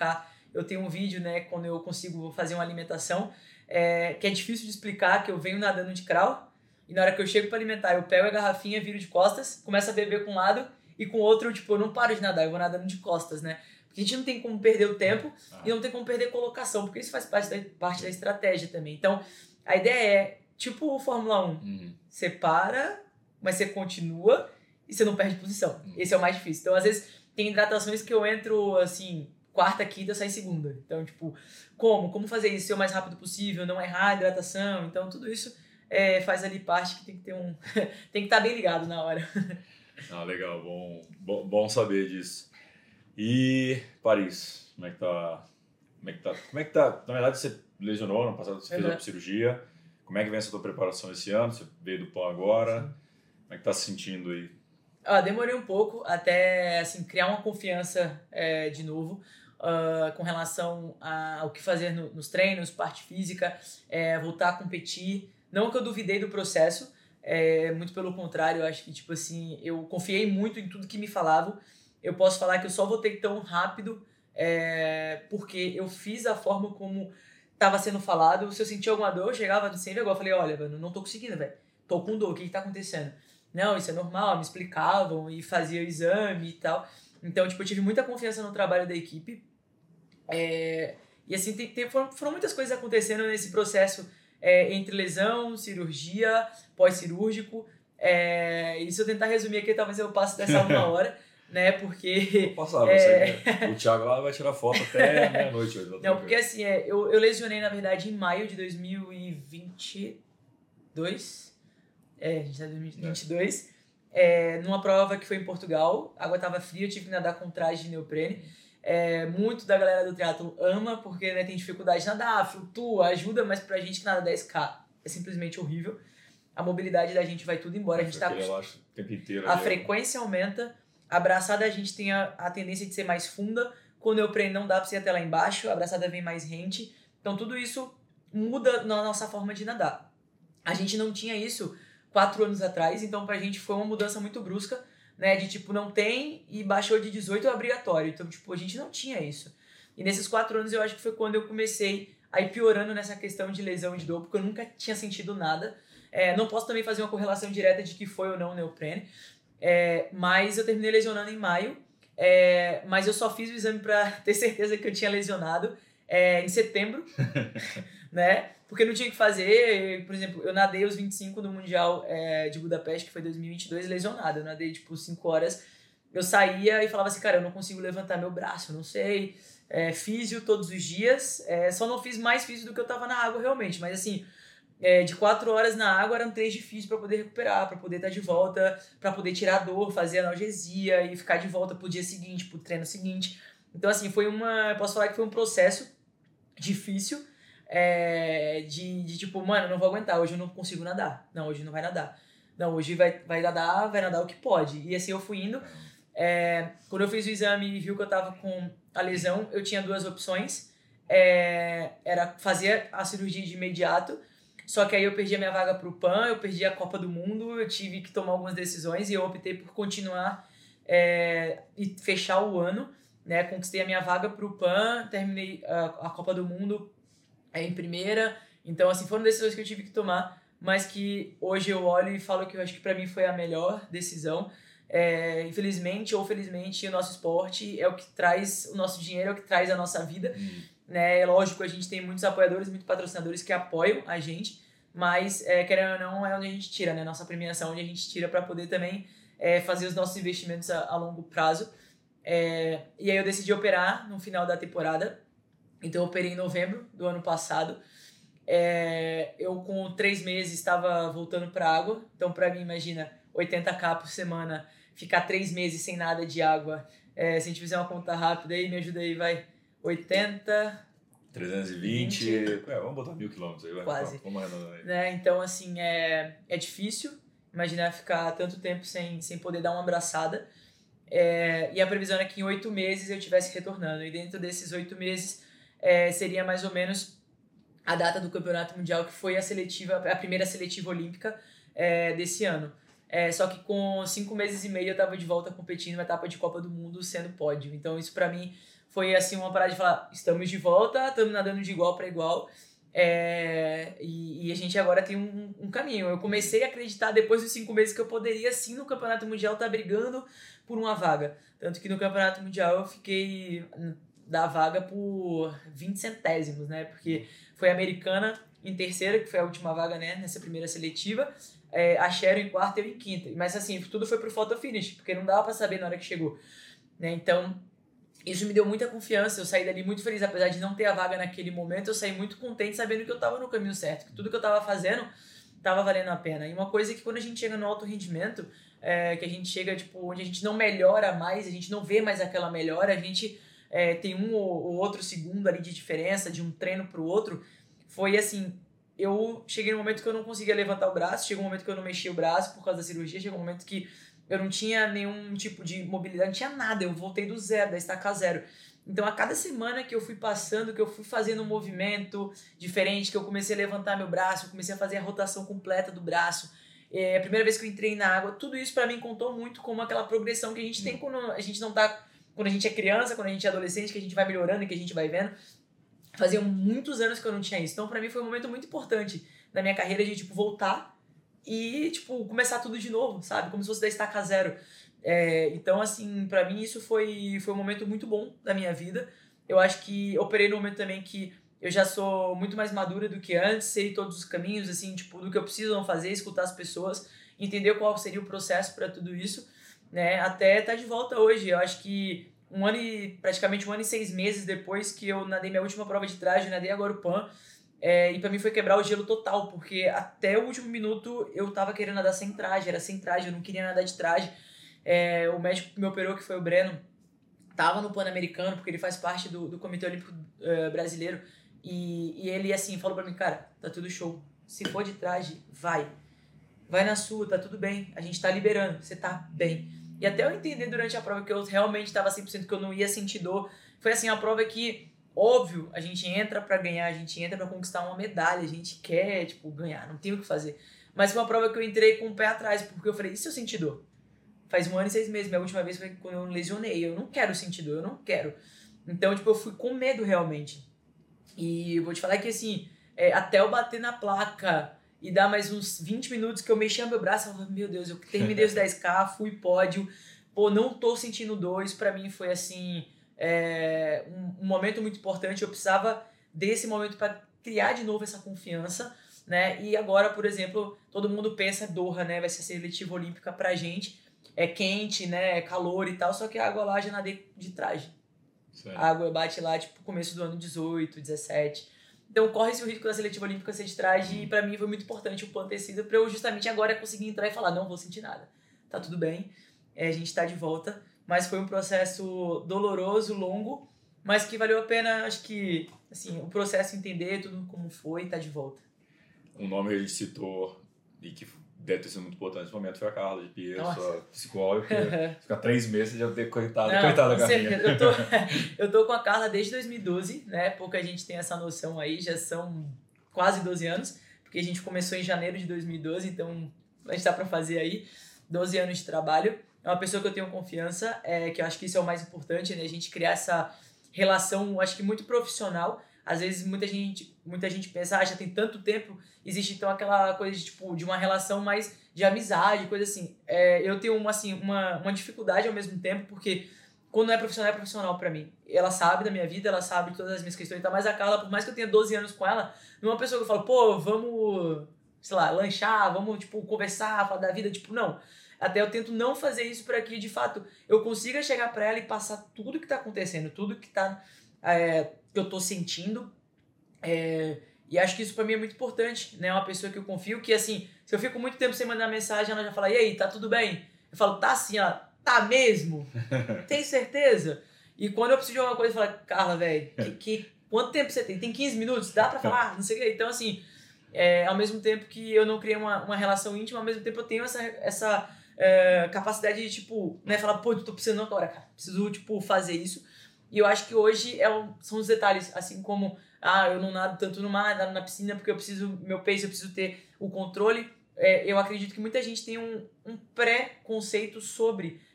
eu tenho um vídeo, né, quando eu consigo fazer uma alimentação, que é difícil de explicar, que eu venho nadando de crawl, e na hora que eu chego para alimentar, eu pego a garrafinha, viro de costas, começo a beber com um lado, e com o outro, tipo, eu não paro de nadar, eu vou nadando de costas, né? Porque a gente não tem como perder o tempo e não tem como perder colocação, porque isso faz parte da estratégia também. Então, a ideia é, tipo o Fórmula 1, você para, mas você continua e você não perde posição. Esse é o mais difícil. Então, às vezes, tem hidratações que eu entro, assim, quarta, quinta, eu saio segunda. Então, tipo, como fazer isso ser o mais rápido possível, não errar a hidratação. Então, tudo isso faz ali parte que tem que ter tem que estar bem ligado na hora. Legal. Bom saber disso. E Paris, como é que tá? Na verdade, você lesionou no passado, você fez a cirurgia. Como é que vem essa tua preparação esse ano? Você veio do PAN agora. Sim. Como é que tá se sentindo aí? Demorei um pouco até assim, criar uma confiança de novo com relação ao que fazer nos treinos, parte física, voltar a competir. Não que eu duvidei do processo, muito pelo contrário, eu acho que tipo assim, eu confiei muito em tudo que me falavam. Eu posso falar que eu só voltei tão rápido porque eu fiz a forma como estava sendo falado. Se eu sentia alguma dor, eu chegava sem vergonha, eu falei, olha, mano, não tô conseguindo, velho. Tô com dor, o que tá acontecendo? Não, isso é normal, me explicavam e fazia o exame e tal. Então, tipo, eu tive muita confiança no trabalho da equipe. E assim, foram muitas coisas acontecendo nesse processo entre lesão, cirurgia, pós-cirúrgico. E se eu tentar resumir aqui, talvez eu passe dessa 1 hora. Né, porque... Vou passar, você, o Thiago lá vai tirar foto até meia-noite. Não, porque assim, eu lesionei, na verdade, em maio de 2022. A gente tá em 2022. Numa prova que foi em Portugal. A água tava fria, eu tive que nadar com traje de neoprene. Muito da galera do triatlo ama, porque né, tem dificuldade de nadar, flutua, ajuda, mas pra gente que nada 10K é simplesmente horrível. A mobilidade da gente vai tudo embora. A gente tá o tempo inteiro. A frequência aumenta. A abraçada a gente tem a tendência de ser mais funda. Quando eu prendo não dá pra você ir até lá embaixo. A abraçada vem mais rente. Então tudo isso muda na nossa forma de nadar. A gente não tinha isso 4 anos atrás. Então pra gente foi uma mudança muito brusca. Né? De tipo, não tem e baixou de 18 é obrigatório. Então tipo, a gente não tinha isso. E nesses 4 anos eu acho que foi quando eu comecei a ir piorando nessa questão de lesão e de dor. Porque eu nunca tinha sentido nada. Não posso também fazer uma correlação direta de que foi ou não o neoprene. Mas eu terminei lesionando em maio, mas eu só fiz o exame para ter certeza que eu tinha lesionado em setembro, né? Porque não tinha o que fazer. Por exemplo, eu nadei os 25 no Mundial de Budapeste, que foi 2022, lesionado. Eu nadei, 5 horas. Eu saía e falava assim, cara, eu não consigo levantar meu braço, eu não sei. Físio todos os dias. Só não fiz mais físio do que eu tava na água, realmente. Mas assim... de 4 horas na água eram 3 de físio para poder recuperar, para poder estar de volta, para poder tirar a dor, fazer analgesia e ficar de volta pro dia seguinte, pro treino seguinte. Então, assim, eu posso falar que foi um processo difícil de tipo, mano, eu não vou aguentar, hoje eu não consigo nadar. Não, hoje não vai nadar. Não, hoje vai nadar o que pode. E assim eu fui indo. Quando eu fiz o exame e viu que eu tava com a lesão, eu tinha 2 opções. Era fazer a cirurgia de imediato. Só que aí eu perdi a minha vaga pro PAN, eu perdi a Copa do Mundo, eu tive que tomar algumas decisões e eu optei por continuar e fechar o ano, né? Conquistei a minha vaga pro PAN, terminei a Copa do Mundo em primeira. Então, assim, foram decisões que eu tive que tomar, mas que hoje eu olho e falo que eu acho que pra mim foi a melhor decisão. Infelizmente ou felizmente, o nosso esporte é o que traz o nosso dinheiro, é o que traz a nossa vida. Né? Lógico, a gente tem muitos apoiadores, muitos patrocinadores que apoiam a gente, mas, querendo ou não, é onde a gente tira, né? Nossa premiação, onde a gente tira para poder também fazer os nossos investimentos a longo prazo. E aí eu decidi operar no final da temporada, então eu operei em novembro do ano passado. Eu com 3 meses estava voltando para água, então para mim, imagina, 80K por semana, ficar 3 meses sem nada de água. Se a gente fizer uma conta rápida aí, me ajuda aí, vai... 80... 320... vamos botar 1.000 quilômetros aí, vai. Quase. Vamos arredondar aí. Né? Então, assim, é difícil imaginar ficar tanto tempo sem poder dar uma abraçada. E a previsão é que em 8 meses eu estivesse retornando. E dentro desses 8 meses seria mais ou menos a data do Campeonato Mundial, que foi a primeira seletiva olímpica desse ano. Só que com 5 meses e meio eu estava de volta competindo na etapa de Copa do Mundo, sendo pódio. Então, isso para mim... foi assim uma parada de falar, estamos de volta, estamos nadando de igual para igual. E a gente agora tem um caminho. Eu comecei a acreditar depois dos 5 meses que eu poderia sim no Campeonato Mundial estar brigando por uma vaga. Tanto que no Campeonato Mundial eu fiquei da vaga por 20 centésimos, né? Porque foi a Americana em terceira, que foi a última vaga, né, nessa primeira seletiva, a Sharon em quarta e eu em quinta. Mas assim, tudo foi pro photo finish, porque não dava pra saber na hora que chegou, né? Então, isso me deu muita confiança, eu saí dali muito feliz, apesar de não ter a vaga naquele momento, eu saí muito contente sabendo que eu tava no caminho certo, que tudo que eu tava fazendo tava valendo a pena. E uma coisa é que quando a gente chega no alto rendimento, que a gente chega, tipo, onde a gente não melhora mais, a gente não vê mais aquela melhora, a gente tem um ou outro segundo ali de diferença de um treino pro outro, foi assim, eu cheguei no momento que eu não conseguia levantar o braço, chegou um momento que eu não mexia o braço por causa da cirurgia, chegou um momento que eu não tinha nenhum tipo de mobilidade, não tinha nada, eu voltei do zero, da estaca zero. Então, a cada semana que eu fui passando, que eu fui fazendo um movimento diferente, que eu comecei a levantar meu braço, eu comecei a fazer a rotação completa do braço, a primeira vez que eu entrei na água, tudo isso pra mim contou muito como aquela progressão que a gente tem quando a gente não tá... Quando a gente é criança, quando a gente é adolescente, que a gente vai melhorando e que a gente vai vendo. Fazia muitos anos que eu não tinha isso. Então, pra mim, foi um momento muito importante na minha carreira de, tipo, voltar e, tipo, começar tudo de novo, sabe? Como se fosse da estaca zero. Então, assim, pra mim isso foi um momento muito bom da minha vida. Eu acho que operei num momento também que eu já sou muito mais madura do que antes, sei todos os caminhos, assim, tipo, do que eu preciso não fazer, escutar as pessoas, entender qual seria o processo pra tudo isso, né? Até estar de volta hoje. Eu acho que praticamente 1 ano e 6 meses depois que eu nadei minha última prova de traje, eu nadei agora o PAN, e pra mim foi quebrar o gelo total, porque até o último minuto eu tava querendo nadar sem traje, era sem traje, eu não queria nadar de traje. O médico que me operou, que foi o Breno, tava no Pan-Americano, porque ele faz parte do Comitê Olímpico Brasileiro, e ele, assim, falou pra mim, cara, tá tudo show, se for de traje, vai na sua, tá tudo bem, a gente tá liberando, você tá bem. E até eu entender durante a prova que eu realmente tava 100%, que eu não ia sentir dor, foi assim, a prova que, óbvio, a gente entra pra ganhar, a gente entra pra conquistar uma medalha, a gente quer, tipo, ganhar, não tem o que fazer. Mas foi uma prova que eu entrei com o pé atrás, porque eu falei, e se eu sentir dor? Faz 1 ano e 6 meses, minha última vez foi quando eu lesionei, eu não quero sentir dor, eu não quero. Então, tipo, eu fui com medo realmente. E eu vou te falar que, assim, até eu bater na placa e dar mais uns 20 minutos que eu mexia meu braço, eu falava, meu Deus, eu terminei os 10K, fui pódio, pô, não tô sentindo dor, isso pra mim foi, assim, um momento muito importante, eu precisava desse momento para criar de novo essa confiança, né? E agora, por exemplo, todo mundo pensa Doha, né? Vai ser a seletiva olímpica pra gente, é quente, né? É calor e tal, só que a água lá já nadei de traje. Certo. A água bate lá, tipo, começo do ano 18, 17. Então corre-se o risco da seletiva olímpica ser de traje e pra mim foi muito importante o PAN ter sido pra eu justamente agora conseguir entrar e falar, não vou sentir nada. Tá tudo bem, a gente tá de volta, mas foi um processo doloroso, longo, mas que valeu a pena, acho que, assim, o processo entender tudo como foi e tá de volta. Um nome que a gente citou e que deve ter sido muito importante nesse momento foi a Carla de Piero, sua psicóloga, que fica 3 meses já ter coitada da Carlinha. Eu tô com a Carla desde 2012, né? Pouca gente tem essa noção aí, já são quase 12 anos, porque a gente começou em janeiro de 2012, então a gente tá pra fazer aí 12 anos de trabalho. É uma pessoa que eu tenho confiança, que eu acho que isso é o mais importante, né? A gente criar essa relação, acho que muito profissional. Às vezes muita gente pensa, já tem tanto tempo, existe então aquela coisa de, tipo, de uma relação mais de amizade, coisa assim. Eu tenho uma dificuldade ao mesmo tempo, porque quando não é profissional pra mim. Ela sabe da minha vida, ela sabe de todas as minhas questões, então, mas a Carla, por mais que eu tenha 12 anos com ela, não é uma pessoa que eu falo, pô, vamos, sei lá, lanchar, vamos, tipo, conversar, falar da vida, tipo, não. Até eu tento não fazer isso para que, de fato, eu consiga chegar para ela e passar tudo que tá acontecendo, tudo que tá... que eu tô sentindo, e acho que isso pra mim é muito importante, né? Uma pessoa que eu confio, que assim, se eu fico muito tempo sem mandar mensagem, ela já fala, e aí, tá tudo bem? Eu falo, tá sim, ela, tá mesmo? Tem certeza? E quando eu preciso de alguma coisa, eu falo, Carla, velho, quanto tempo você tem? Tem 15 minutos? Dá pra falar? Não sei o quê. Então, assim, ao mesmo tempo que eu não criei uma relação íntima, ao mesmo tempo eu tenho essa capacidade de, tipo, né, falar, pô, eu tô precisando agora, cara, preciso, tipo, fazer isso. E eu acho que hoje são os detalhes, assim como, eu não nado tanto no mar, nado na piscina, porque meu pace, eu preciso ter o controle. Eu acredito que muita gente tem um pré-conceito sobre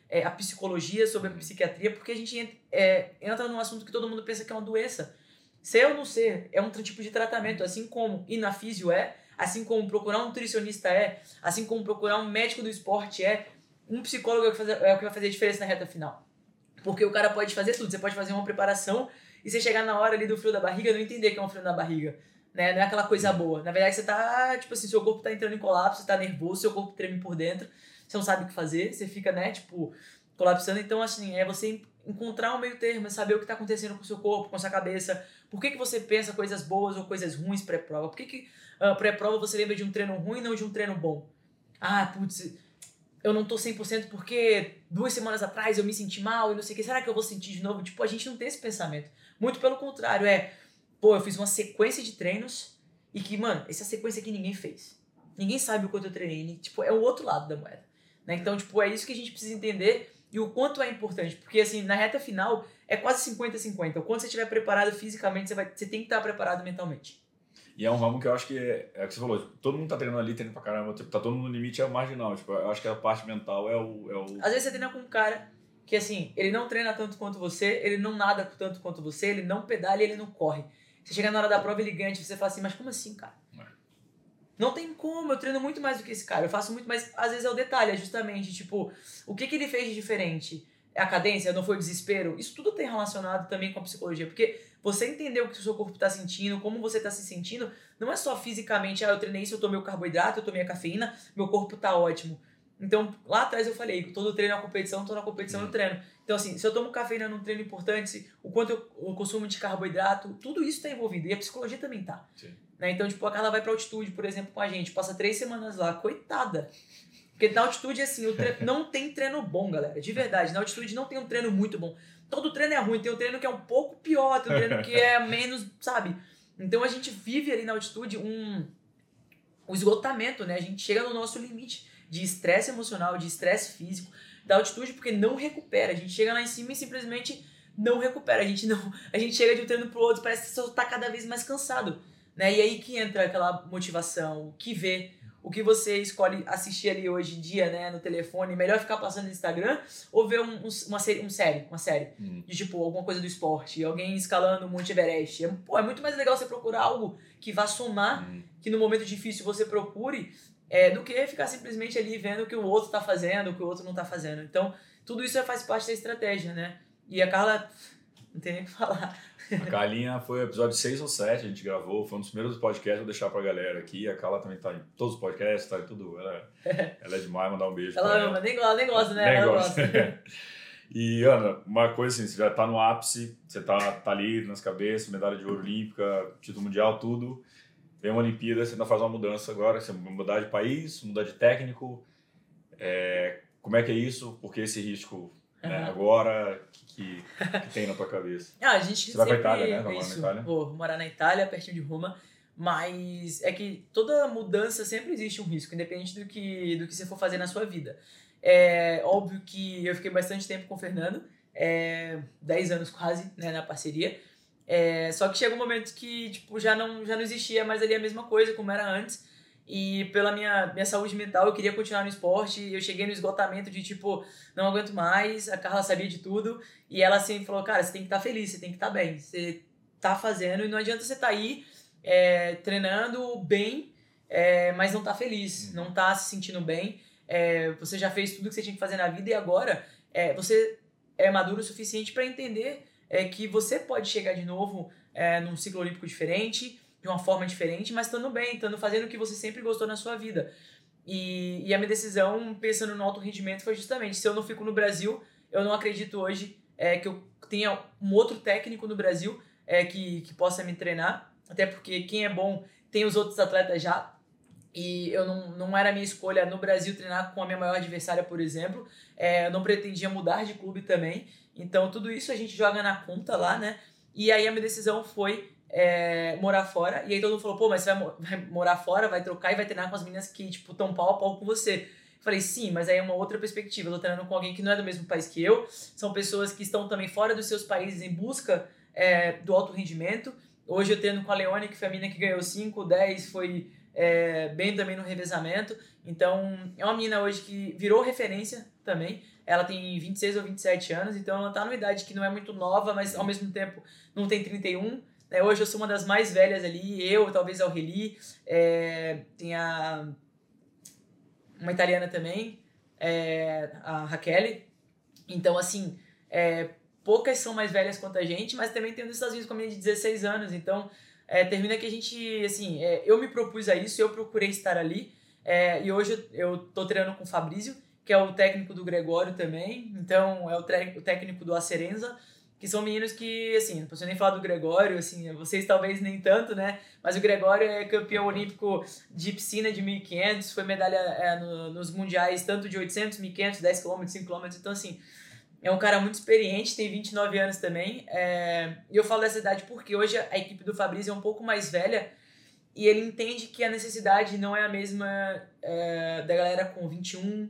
a psicologia, sobre a psiquiatria, porque a gente entra num assunto que todo mundo pensa que é uma doença. Ser ou não ser é um tipo de tratamento, assim como ir na físio assim como procurar um nutricionista assim como procurar um médico do esporte um psicólogo é o que vai fazer a diferença na reta final. Porque o cara pode fazer tudo, você pode fazer uma preparação e você chegar na hora ali do frio da barriga e não entender que é um frio na barriga, né? Não é aquela coisa boa. Na verdade, você tá, tipo assim, seu corpo tá entrando em colapso, você tá nervoso, seu corpo treme por dentro, você não sabe o que fazer, você fica, né, tipo, colapsando. Então, assim, é você encontrar um meio termo, saber o que tá acontecendo com o seu corpo, com a sua cabeça. Por que você pensa coisas boas ou coisas ruins pré-prova? Por que pré-prova você lembra de um treino ruim e não de um treino bom? Putz, eu não tô 100% porque 2 semanas atrás eu me senti mal e não sei o que. Será que eu vou sentir de novo? Tipo, a gente não tem esse pensamento. Muito pelo contrário, eu fiz uma sequência de treinos e que, mano, essa sequência aqui ninguém fez. Ninguém sabe o quanto eu treinei. Tipo, é o outro lado da moeda. Né? Então, tipo, é isso que a gente precisa entender e o quanto é importante. Porque, assim, na reta final é quase 50-50. O quanto você estiver preparado fisicamente, você tem que estar preparado mentalmente. E é um ramo que eu acho que é o que você falou, tipo, todo mundo tá treinando ali, treinando pra caramba, tipo, tá todo mundo no limite, é o marginal. Tipo, eu acho que a parte mental é o... Às vezes você treina com um cara que, assim, ele não treina tanto quanto você, ele não nada tanto quanto você, ele não pedala e ele não corre. Você chega na hora da prova, ele ganha, e você fala assim, mas como assim, cara? Não tem como, eu treino muito mais do que esse cara, eu faço muito mais, às vezes é o detalhe, é justamente, tipo, o que ele fez de diferente? É a cadência? Não foi o desespero? Isso tudo tem relacionado também com a psicologia, porque você entender o que o seu corpo está sentindo, como você está se sentindo, não é só fisicamente, eu treinei isso, eu tomei o carboidrato, eu tomei a cafeína, meu corpo tá ótimo. Então, lá atrás eu falei, todo treino é uma competição, toda competição eu treino. Então, assim, se eu tomo cafeína num treino importante, o quanto eu consumo de carboidrato, tudo isso tá envolvido. E a psicologia também tá. Né? Então, tipo, a Carla vai pra altitude, por exemplo, com a gente, passa 3 semanas lá, coitada. Porque na altitude, assim, não tem treino bom, galera. De verdade, na altitude não tem um treino muito bom. Todo treino é ruim, tem um treino que é um pouco pior, tem um treino que é menos, sabe? Então a gente vive ali na altitude um esgotamento, né? A gente chega no nosso limite de estresse emocional, de estresse físico, da altitude, porque não recupera. A gente chega lá em cima e simplesmente não recupera. A gente chega de um treino pro outro, parece que você tá cada vez mais cansado, né? E aí que entra aquela motivação, o que vê, o que você escolhe assistir ali hoje em dia, né, no telefone. Melhor ficar passando no Instagram ou ver uma série de tipo alguma coisa do esporte, alguém escalando o Monte Everest. É muito mais legal você procurar algo que vá somar, que no momento difícil você procure, do que ficar simplesmente ali vendo o que o outro tá fazendo, o que o outro não tá fazendo. Então, tudo isso faz parte da estratégia, né? E a Carla, não tem nem o que falar. A Carlinha foi o episódio 6 ou 7, a gente gravou, foi um dos primeiros podcasts, vou deixar pra galera aqui. A Carla também tá em todos os podcasts, tá em tudo. Ela é demais, mandar um beijo ela pra ama, nem gosta, né? Nem ela gosta. E, Ana, uma coisa assim, você já tá no ápice, você tá ali nas cabeças, medalha de ouro olímpica, título mundial, tudo. Vem uma Olimpíada, você ainda faz uma mudança agora, você vai mudar de país, mudar de técnico. Como é que é isso? Por que esse risco agora que tem na tua cabeça? A gente você vai pra Itália, né? Vai morar na Itália? Vou morar na Itália, pertinho de Roma. Mas é que toda mudança sempre existe um risco, independente do que você for fazer na sua vida. É óbvio que eu fiquei bastante tempo com o Fernando, 10 anos quase, né, na parceria. Só que chega um momento que tipo, já não existia mais ali a mesma coisa como era antes. E pela minha saúde mental eu queria continuar no esporte. Eu cheguei no esgotamento de tipo, não aguento mais. A Carla sabia de tudo e ela sempre falou, cara, você tem que estar feliz, você tem que estar bem, você tá fazendo e não adianta você estar aí treinando bem, mas não tá feliz, não tá se sentindo bem. Você já fez tudo que você tinha que fazer na vida e agora você é maduro o suficiente para entender que você pode chegar de novo num ciclo olímpico diferente, de uma forma diferente, mas estando bem, estando fazendo o que você sempre gostou na sua vida. E a minha decisão, pensando no alto rendimento, foi justamente, se eu não fico no Brasil, eu não acredito hoje que eu tenha um outro técnico no Brasil que possa me treinar, até porque quem é bom tem os outros atletas já, e eu não era a minha escolha no Brasil treinar com a minha maior adversária, por exemplo. Eu não pretendia mudar de clube também, então tudo isso a gente joga na conta lá, né? E aí a minha decisão foi morar fora. E aí todo mundo falou, pô, mas você vai morar fora, vai trocar e vai treinar com as meninas que, tipo, estão pau a pau com você. Eu falei, sim, mas aí é uma outra perspectiva. Eu tô treinando com alguém que não é do mesmo país que eu. São pessoas que estão também fora dos seus países em busca do alto rendimento. Hoje eu treino com a Leone, que foi a menina que ganhou 5, 10, foi bem também no revezamento. Então, é uma menina hoje que virou referência também. ela tem 26 ou 27 anos, então ela tá numa idade que não é muito nova, mas ao mesmo tempo não tem 31. Né? Hoje eu sou uma das mais velhas ali, eu, talvez a Aurélie, tem uma italiana também, a Raquel. Então, assim, poucas são mais velhas quanto a gente, mas também tem um dos Estados Unidos com a menina de 16 anos, então termina que a gente, assim, eu me propus a isso, eu procurei estar ali, e hoje eu tô treinando com o Fabrício, que é o técnico do Gregório também, então é o técnico do Acerenza, que são meninos que, assim, não preciso nem falar do Gregório, assim, vocês talvez nem tanto, né, mas o Gregório é campeão olímpico de piscina de 1.500, foi medalha nos mundiais, tanto de 800, 1.500, 10 km, 5 km, então, assim, é um cara muito experiente, tem 29 anos também, e eu falo dessa idade porque hoje a equipe do Fabrício é um pouco mais velha, e ele entende que a necessidade não é a mesma da galera com 21,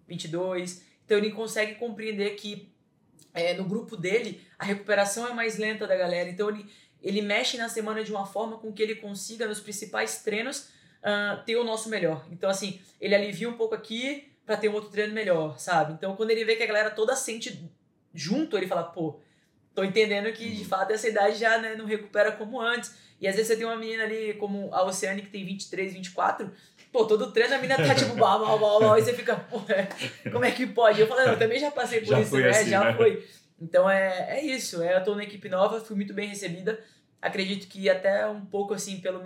22, então ele consegue compreender que no grupo dele a recuperação é mais lenta da galera, então ele mexe na semana de uma forma com que ele consiga nos principais treinos ter o nosso melhor. Então assim, ele alivia um pouco aqui para ter um outro treino melhor, sabe? Então quando ele vê que a galera toda sente junto, ele fala, pô, tô entendendo que de fato essa idade já, né, não recupera como antes. E às vezes você tem uma menina ali como a Oceane que tem 23, 24, pô, todo treino a menina tá tipo blá, e você fica, pô, como é que pode? Eu falei, eu também já passei por isso, né? Assim, já né? foi. Então é isso, eu tô na equipe nova, fui muito bem recebida, acredito que até um pouco assim pelos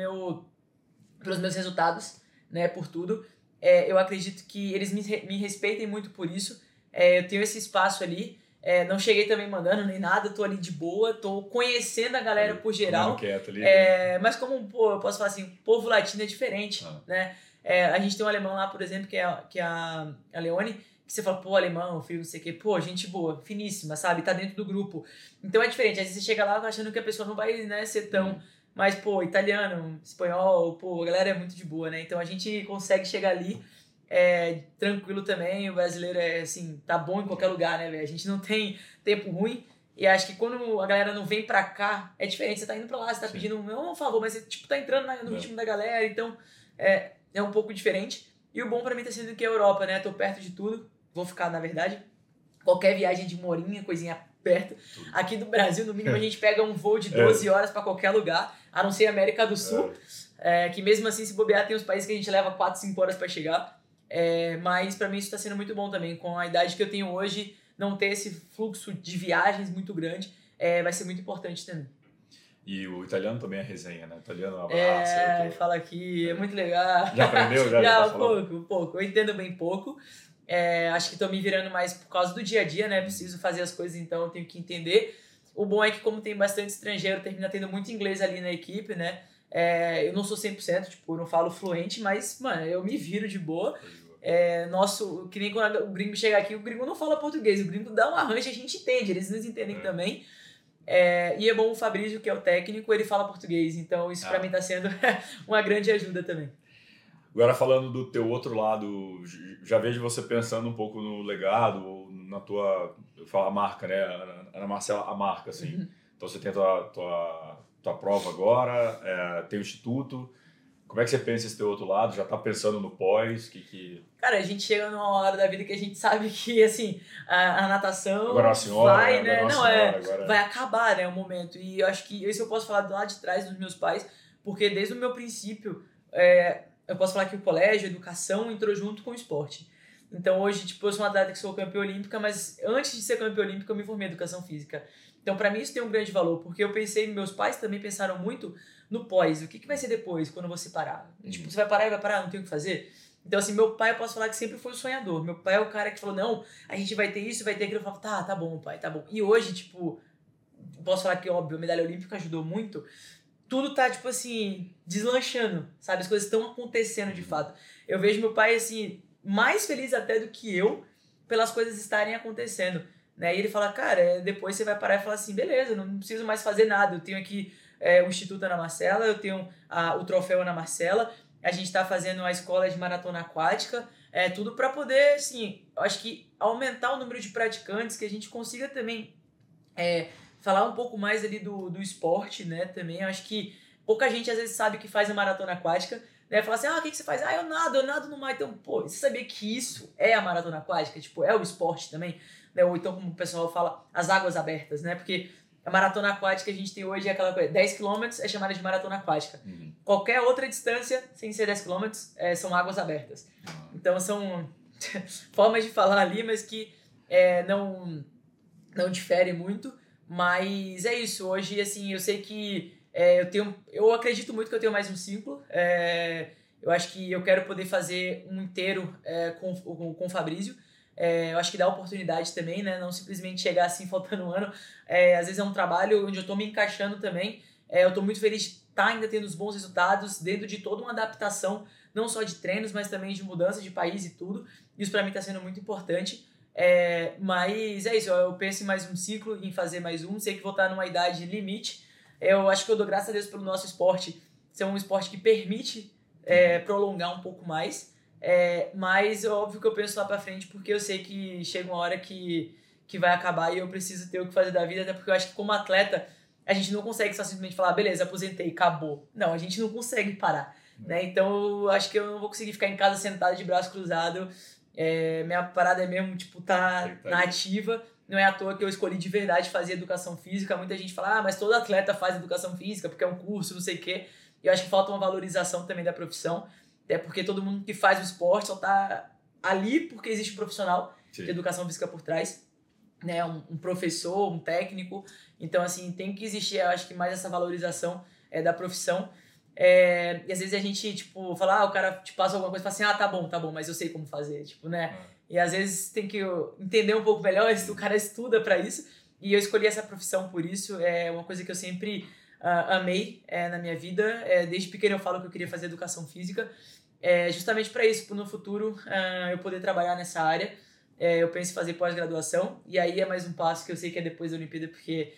meus resultados, né, por tudo, eu acredito que eles me respeitem muito por isso, eu tenho esse espaço ali, não cheguei também mandando nem nada, tô ali de boa, tô conhecendo a galera por geral, quieto ali, mas como, pô, eu posso falar assim, o povo latino é diferente, né? A gente tem um alemão lá, por exemplo, que é a Leone, que você fala, pô, alemão, filho, não sei o quê, pô, gente boa, finíssima, sabe? Tá dentro do grupo. Então é diferente, às vezes você chega lá achando que a pessoa não vai, né, ser tão... Mas, pô, italiano, espanhol, pô, a galera é muito de boa, né? Então a gente consegue chegar ali tranquilo também, o brasileiro assim, tá bom em qualquer lugar, né, velho? A gente não tem tempo ruim, e acho que quando a galera não vem pra cá, é diferente, você tá indo pra lá, você tá pedindo um favor, mas você, tipo, tá entrando no ritmo da galera, então é um pouco diferente. E o bom pra mim tá sendo que a Europa, né, tô perto de tudo, vou ficar, na verdade, qualquer viagem de morinha, coisinha perto. Aqui do Brasil, no mínimo, a gente pega um voo de 12 horas pra qualquer lugar, a não ser América do Sul, que mesmo assim, se bobear, tem uns países que a gente leva 4, 5 horas pra chegar. Mas para mim isso está sendo muito bom também, com a idade que eu tenho hoje, não ter esse fluxo de viagens muito grande, vai ser muito importante também. E o italiano também é resenha, né? O italiano abraça. Fala aqui, é muito legal. Já aprendeu? Já pouco. Eu entendo bem pouco. Acho que estou me virando mais por causa do dia a dia, né? Preciso fazer as coisas, então eu tenho que entender. O bom é que como tem bastante estrangeiro, termina tendo muito inglês ali na equipe, né? Eu não sou 100%, tipo, eu não falo fluente, mas, mano, eu me viro de boa. Que nem quando o gringo chega aqui, o gringo não fala português, o gringo dá um arranjo e a gente entende, eles nos entendem também. E é bom o Fabrício, que é o técnico, ele fala português, então isso pra mim tá sendo uma grande ajuda também. Agora falando do teu outro lado, já vejo você pensando um pouco no legado, ou na tua, eu falo a marca, né? Ana Marcela, a marca, assim. Então você tem a tua prova agora, tem o instituto. Como é que você pensa esse teu outro lado? Já tá pensando no pós? Cara, a gente chega numa hora da vida que a gente sabe que, assim, a natação agora a senhora, vai, né? Agora... vai acabar, né, o momento. E eu acho que isso eu posso falar do lado de trás dos meus pais, porque desde o meu princípio, eu posso falar que o colégio, a educação entrou junto com o esporte. Então hoje, tipo, eu sou uma atleta que sou campeã olímpica, mas antes de ser campeã olímpica eu me formei em educação física. Então pra mim isso tem um grande valor, porque eu pensei, meus pais também pensaram muito no pós, o que vai ser depois, quando você parar? Tipo, você vai parar, não tem o que fazer? Então assim, meu pai, eu posso falar que sempre foi o sonhador. Meu pai é o cara que falou, não, a gente vai ter isso, vai ter aquilo. Eu falo, tá bom, pai, tá bom. E hoje, tipo, posso falar que, óbvio, a medalha olímpica ajudou muito, tudo tá, tipo assim, deslanchando, sabe? As coisas estão acontecendo de fato. Eu vejo meu pai, assim, mais feliz até do que eu pelas coisas estarem acontecendo, né? E ele fala, cara, depois você vai parar e falar assim, beleza, não preciso mais fazer nada, eu tenho aqui o Instituto Ana Marcela, eu tenho o Troféu Ana Marcela, a gente tá fazendo a escola de maratona aquática, tudo para poder, assim, eu acho que aumentar o número de praticantes, que a gente consiga também falar um pouco mais ali do esporte, né, também, eu acho que pouca gente às vezes sabe que faz a maratona aquática, né? Fala assim, o que você faz? Eu nado no mar. Então, pô, você sabia que isso é a maratona aquática? Tipo, é o esporte também, né? Ou então, como o pessoal fala, as águas abertas, né? Porque a maratona aquática que a gente tem hoje é aquela coisa, 10 km é chamada de maratona aquática. Qualquer outra distância, sem ser 10 km, são águas abertas. Então, são formas de falar ali, mas que não diferem muito. Mas é isso, hoje, assim, eu sei que eu acredito muito que eu tenho mais um ciclo. Eu acho que eu quero poder fazer um inteiro com o Fabrício. Eu acho que dá oportunidade também, né? Não simplesmente chegar assim faltando um ano. Às vezes é um trabalho onde eu tô me encaixando também. Eu tô muito feliz de estar ainda tendo os bons resultados dentro de toda uma adaptação, não só de treinos, mas também de mudança de país e tudo. Isso para mim tá sendo muito importante. Mas é isso, eu penso em mais um ciclo, em fazer mais um. Sei que vou estar numa idade limite. Eu acho que eu dou graças a Deus pelo nosso esporte ser um esporte que permite prolongar um pouco mais. Mas é óbvio que eu penso lá pra frente, porque eu sei que chega uma hora que vai acabar e eu preciso ter o que fazer da vida, até porque eu acho que como atleta a gente não consegue só simplesmente falar, beleza, aposentei, acabou. Não, a gente não consegue parar, né? Então eu acho que eu não vou conseguir ficar em casa sentado de braço cruzado. Minha parada é mesmo, tipo, tá na ativa. Não é à toa que eu escolhi de verdade fazer educação física. Muita gente fala, mas todo atleta faz educação física porque é um curso, não sei o quê. E eu acho que falta uma valorização também da profissão. Até porque todo mundo que faz o esporte só tá ali porque existe um profissional de educação física por trás, né? Um professor, um técnico. Então, assim, tem que existir, eu acho que mais essa valorização da profissão. E às vezes a gente, tipo, fala, o cara te passa alguma coisa e fala assim, tá bom, mas eu sei como fazer, tipo, né? E às vezes tem que entender um pouco melhor, o cara estuda pra isso. E eu escolhi essa profissão por isso. É uma coisa que eu sempre amei na minha vida. Desde pequeno eu falo que eu queria fazer educação física. Justamente para isso, no futuro eu poder trabalhar nessa área. Eu penso em fazer pós-graduação, e aí é mais um passo que eu sei que é depois da Olimpíada, porque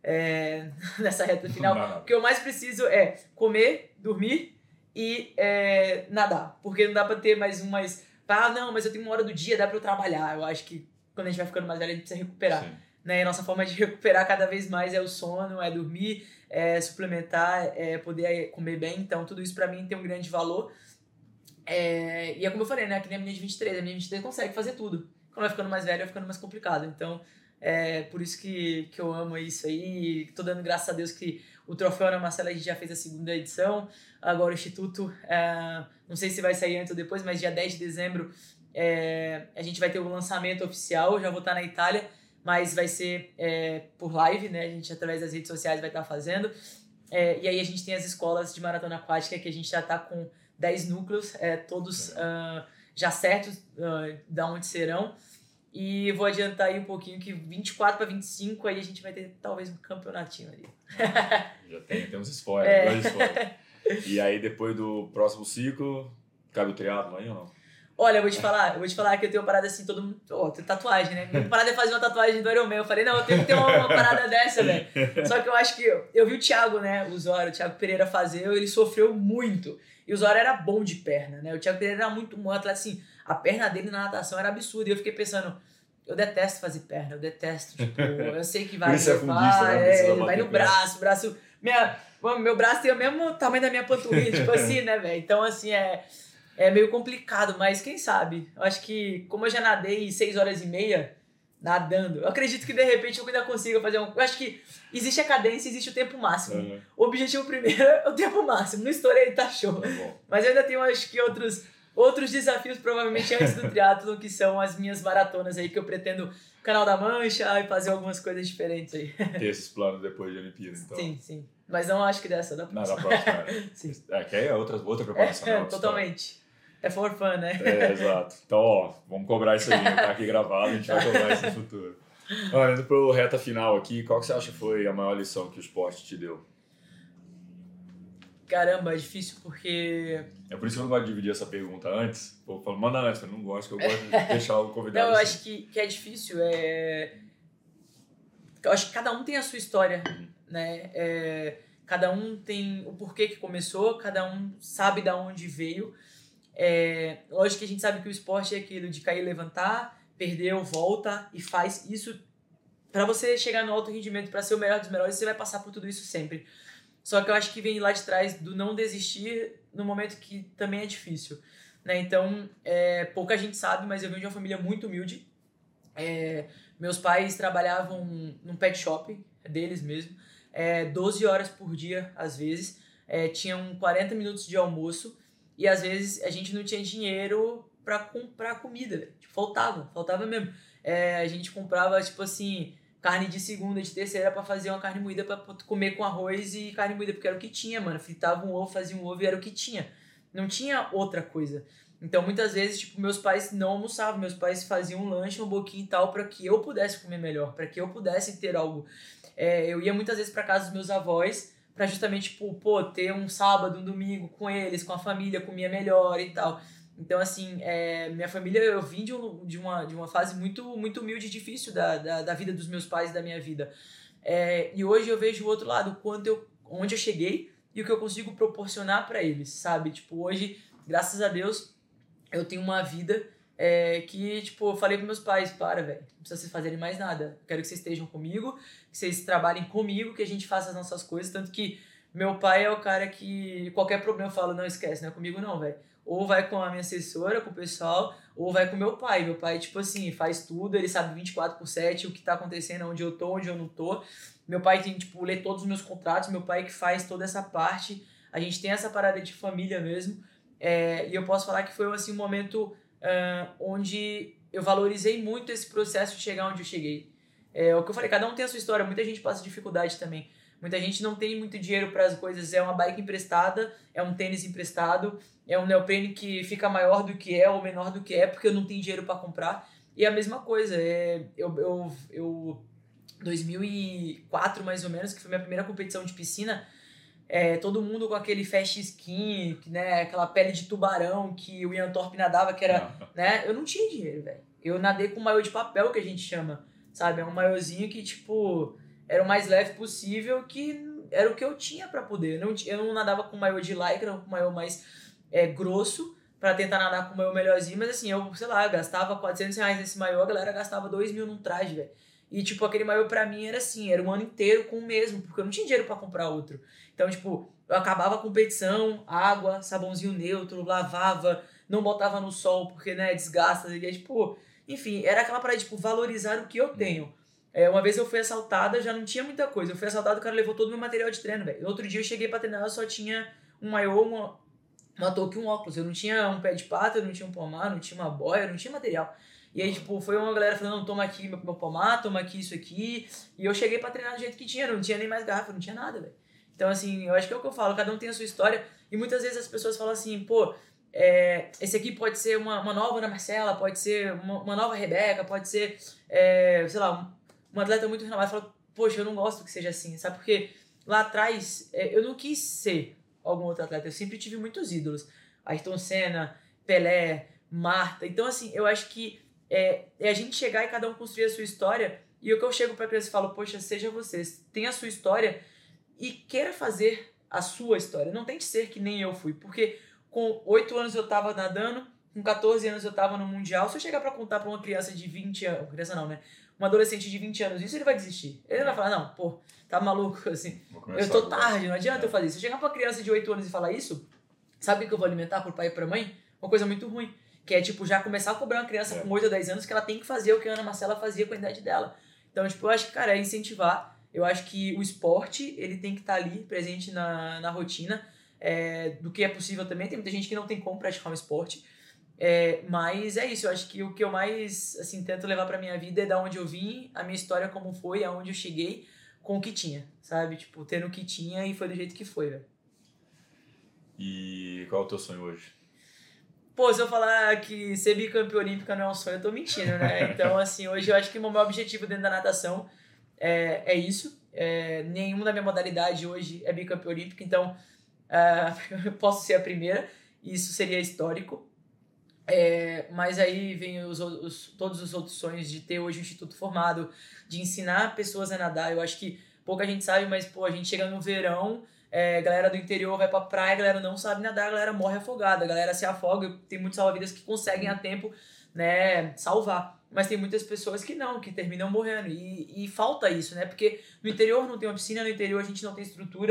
nessa reta final, o que eu mais preciso é comer, dormir e nadar, porque não dá para ter mais não, mas eu tenho uma hora do dia, dá para eu trabalhar. Eu acho que quando a gente vai ficando mais velho, a gente precisa recuperar, né? A nossa forma de recuperar cada vez mais é o sono, é dormir, suplementar, poder comer bem. Então tudo isso para mim tem um grande valor. E é como eu falei, né? Que nem a menina de 23. A menina de 23 consegue fazer tudo. Quando vai ficando mais velha, vai ficando mais complicado. Então, por isso que eu amo isso aí. Tô dando graças a Deus que o Troféu Ana Marcela a gente já fez a 2ª edição. Agora o Instituto, não sei se vai sair antes ou depois, mas dia 10 de dezembro a gente vai ter o lançamento oficial. Já vou estar na Itália, mas vai ser por live, né? A gente, através das redes sociais, vai estar fazendo. E aí a gente tem as escolas de maratona aquática, que a gente já tá com 10 núcleos, todos já certos de onde serão. E vou adiantar aí um pouquinho que 24 para 25 aí a gente vai ter talvez um campeonatinho ali. Já temos spoiler, dois spoilers. E aí depois do próximo ciclo, cabe o triatlo aí ou não? Olha, eu vou te falar que eu tenho uma parada assim, todo mundo... tem tatuagem, né? Minha parada é fazer uma tatuagem do Iron Man. Eu falei, não, eu tenho que ter uma parada dessa, velho. Só que eu acho que... Eu vi o Thiago, né? O Thiago Pereira fazer, ele sofreu muito. E o Zóio era bom de perna, né? O Thiago Pereira era muito bom atleta, assim, a perna dele na natação era absurda. E eu fiquei pensando, eu detesto fazer perna, eu detesto, tipo, eu sei que vai levar, vai no braço, meu braço tem o mesmo tamanho da minha panturrilha, tipo assim, né, velho? Então, assim, é meio complicado, mas quem sabe? Eu acho que, como eu já nadei 6 horas e meia nadando, eu acredito que de repente eu ainda consiga fazer eu acho que existe a cadência, existe o tempo máximo. O objetivo primeiro é o tempo máximo. Não estourei, tá show. Mas eu ainda tenho, acho que, outros desafios, provavelmente antes do triatlo, que são as minhas maratonas aí, que eu pretendo Canal da Mancha e fazer algumas coisas diferentes aí. Ter esses planos depois de Olimpíada, então. Sim. Mas não acho que dessa, da próxima. Não, da próxima. Sim. Que aí é outra preparação. Totalmente. É for fun, né? Exato. Então, vamos cobrar isso aí, tá aqui gravado, a gente vai cobrar isso no futuro. Indo pro reta final aqui, qual que você acha que foi a maior lição que o esporte te deu? Caramba, é difícil porque... É por isso que eu não gosto de dividir essa pergunta antes. Eu falo, manda antes, eu não gosto, que eu gosto de deixar o convidado. Não, eu acho que é difícil. Eu acho que cada um tem a sua história, né? Cada um tem o porquê que começou, cada um sabe de onde veio. Lógico que a gente sabe que o esporte é aquilo de cair e levantar, perdeu, volta e faz isso. Para você chegar no alto rendimento, para ser o melhor dos melhores, você vai passar por tudo isso sempre. Só que eu acho que vem lá de trás do não desistir no momento que também é difícil, né? Então, pouca gente sabe, mas eu venho de uma família muito humilde. Meus pais trabalhavam num pet shop, deles mesmo, 12 horas por dia, às vezes. Tinham 40 minutos de almoço e, às vezes, a gente não tinha dinheiro pra comprar comida, velho. Tipo, faltava mesmo. A gente comprava, tipo assim, carne de segunda, de terceira pra fazer uma carne moída pra comer com arroz e carne moída, porque era o que tinha, mano. Fritava um ovo, fazia um ovo e era o que tinha. Não tinha outra coisa. Então, muitas vezes, tipo, meus pais não almoçavam, meus pais faziam um lanche, um boquinho e tal, pra que eu pudesse comer melhor, pra que eu pudesse ter algo. Eu ia muitas vezes pra casa dos meus avós, pra justamente, tipo, ter um sábado, um domingo com eles, com a família, comia melhor e tal. Então, assim, minha família, eu vim de uma fase muito, muito humilde e difícil da vida dos meus pais e da minha vida. E hoje eu vejo o outro lado, onde eu cheguei e o que eu consigo proporcionar pra eles, sabe? Tipo, hoje, graças a Deus, eu tenho uma vida que, tipo, eu falei pros meus pais, velho, não precisa vocês fazerem mais nada. Eu quero que vocês estejam comigo, que vocês trabalhem comigo, que a gente faça as nossas coisas. Tanto que meu pai é o cara que qualquer problema eu falo, não esquece, não é comigo não, velho. Ou vai com a minha assessora, com o pessoal, ou vai com meu pai. Meu pai, tipo assim, faz tudo, ele sabe 24/7 o que tá acontecendo, onde eu tô, onde eu não tô. Meu pai tem, tipo, lê todos os meus contratos, meu pai que faz toda essa parte. A gente tem essa parada de família mesmo. E eu posso falar que foi assim, um momento onde eu valorizei muito esse processo de chegar onde eu cheguei. O que eu falei, cada um tem a sua história, muita gente passa dificuldade também. Muita gente não tem muito dinheiro para as coisas, é uma bike emprestada, é um tênis emprestado, é um neoprene que fica maior do que ou menor do que porque eu não tenho dinheiro para comprar. E a mesma coisa, eu 2004 mais ou menos, que foi minha primeira competição de piscina, todo mundo com aquele fast skin, né, aquela pele de tubarão que o Ian Thorpe nadava, que era, né, eu não tinha dinheiro, velho. Eu nadei com um maiô de papel, que a gente chama, sabe? É um maiôzinho que, tipo, era o mais leve possível, que era o que eu tinha pra poder. Eu não nadava com maiô de lycra, com maiô mais grosso, pra tentar nadar com o maiô melhorzinho, mas assim, eu, sei lá, gastava R$400 nesse maiô, a galera gastava 2.000 num traje, velho. E, tipo, aquele maiô pra mim era assim, era um ano inteiro com o mesmo, porque eu não tinha dinheiro pra comprar outro. Então, tipo, eu acabava a competição, água, sabãozinho neutro, lavava, não botava no sol porque, né, desgasta. E, tipo, enfim, era aquela parada, tipo, valorizar o que eu tenho. Uma vez eu fui assaltada, já não tinha muita coisa. Eu fui assaltada, o cara levou todo o meu material de treino, velho. Outro dia eu cheguei pra treinar, eu só tinha um maiô, uma touca e um óculos. Eu não tinha um pé de pata, eu não tinha um pomar, não tinha uma boia, eu não tinha material. E aí, tipo, foi uma galera falando, não, toma aqui meu pomar, toma aqui isso aqui. E eu cheguei pra treinar do jeito que tinha, não tinha nem mais garrafa, não tinha nada, velho. Então, assim, eu acho que é o que eu falo, cada um tem a sua história. E muitas vezes as pessoas falam assim, esse aqui pode ser uma nova Ana Marcela, pode ser uma nova Rebeca, pode ser, sei lá, uma atleta muito renomada. Fala, poxa, eu não gosto que seja assim, sabe? Porque lá atrás, eu não quis ser algum outro atleta, eu sempre tive muitos ídolos. Ayrton Senna, Pelé, Marta. Então, assim, eu acho que é a gente chegar e cada um construir a sua história. E o que eu chego pra criança e falo, poxa, seja você, tenha a sua história e queira fazer a sua história. Não tente ser que nem eu fui, porque com 8 anos eu tava nadando, com 14 anos eu tava no Mundial. Se eu chegar pra contar pra uma criança de 20 anos, criança não, né? Um adolescente de 20 anos, isso ele vai desistir. Ele vai falar, não, pô, tá maluco, assim, eu tô tarde, não adianta eu fazer isso. Se eu chegar pra uma criança de 8 anos e falar isso, sabe o que eu vou alimentar pro pai e pra mãe? Uma coisa muito ruim, que é, tipo, já começar a cobrar uma criança com 8 ou 10 anos que ela tem que fazer o que a Ana Marcela fazia com a idade dela. Então, tipo, eu acho que, cara, é incentivar. Eu acho que o esporte, ele tem que estar ali, presente na rotina, do que é possível também. Tem muita gente que não tem como praticar um esporte. Mas é isso, eu acho que o que eu mais, assim, tento levar pra minha vida é da onde eu vim, a minha história como foi, aonde eu cheguei, com o que tinha, sabe? Tipo, tendo o que tinha e foi do jeito que foi, velho. E qual é o teu sonho hoje? Pô, se eu falar que ser bicampeã olímpica não é um sonho, eu tô mentindo, né? Então, assim, hoje eu acho que o meu objetivo dentro da natação é isso. Nenhuma da minha modalidade hoje é bicampeã olímpica, então eu posso ser a primeira, e isso seria histórico. Mas aí vem todos os outros sonhos de ter hoje um instituto formado, de ensinar pessoas a nadar. Eu acho que pouca gente sabe, mas pô, a gente chega no verão, galera do interior vai pra praia, a galera não sabe nadar, a galera morre afogada, a galera se afoga. Tem muitos salva-vidas que conseguem a tempo, né, salvar, mas tem muitas pessoas que não, que terminam morrendo, e falta isso, né, porque no interior não tem uma piscina, no interior a gente não tem estrutura,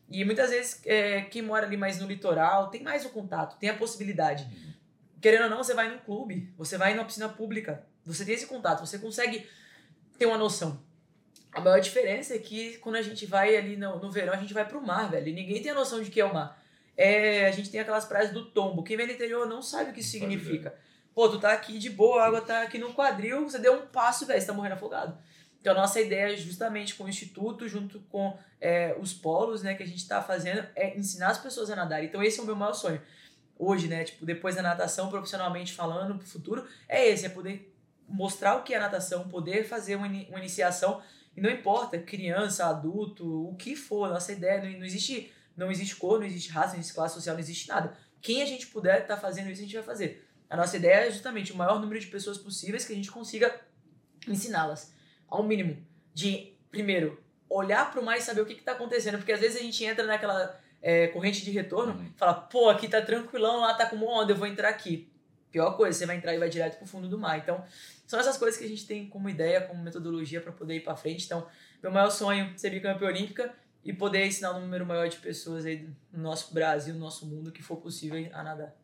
E muitas vezes, quem mora ali mais no litoral tem mais o contato, tem a possibilidade. Querendo ou não, você vai num clube, você vai numa piscina pública, você tem esse contato, você consegue ter uma noção. A maior diferença é que quando a gente vai ali no verão, a gente vai pro mar, velho. E ninguém tem a noção de que é o mar. A gente tem aquelas praias do tombo. Quem vem do interior não sabe o que isso significa. Pô, tu tá aqui de boa, a água tá aqui no quadril, você deu um passo, velho, você tá morrendo afogado. Então a nossa ideia, justamente com o Instituto, junto com os polos, né, que a gente tá fazendo, é ensinar as pessoas a nadar. Então esse é o meu maior sonho. Hoje, né, tipo, depois da natação, profissionalmente falando, pro futuro, é poder mostrar o que é natação, poder fazer uma iniciação. E não importa, criança, adulto, o que for, nossa ideia, não existe cor, não existe raça, não existe classe social, não existe nada. Quem a gente puder estar fazendo isso, a gente vai fazer. A nossa ideia é justamente o maior número de pessoas possíveis que a gente consiga ensiná-las ao mínimo. De, primeiro, olhar para o mar e saber o que está acontecendo. Porque às vezes a gente entra naquela corrente de retorno, fala, pô, aqui tá tranquilão, lá tá com uma onda, eu vou entrar aqui. Pior coisa, você vai entrar e vai direto pro fundo do mar. Então, são essas coisas que a gente tem como ideia, como metodologia para poder ir para frente. Então, meu maior sonho é ser bicampeã olímpica e poder ensinar um número maior de pessoas aí no nosso Brasil, no nosso mundo, que for possível a nadar.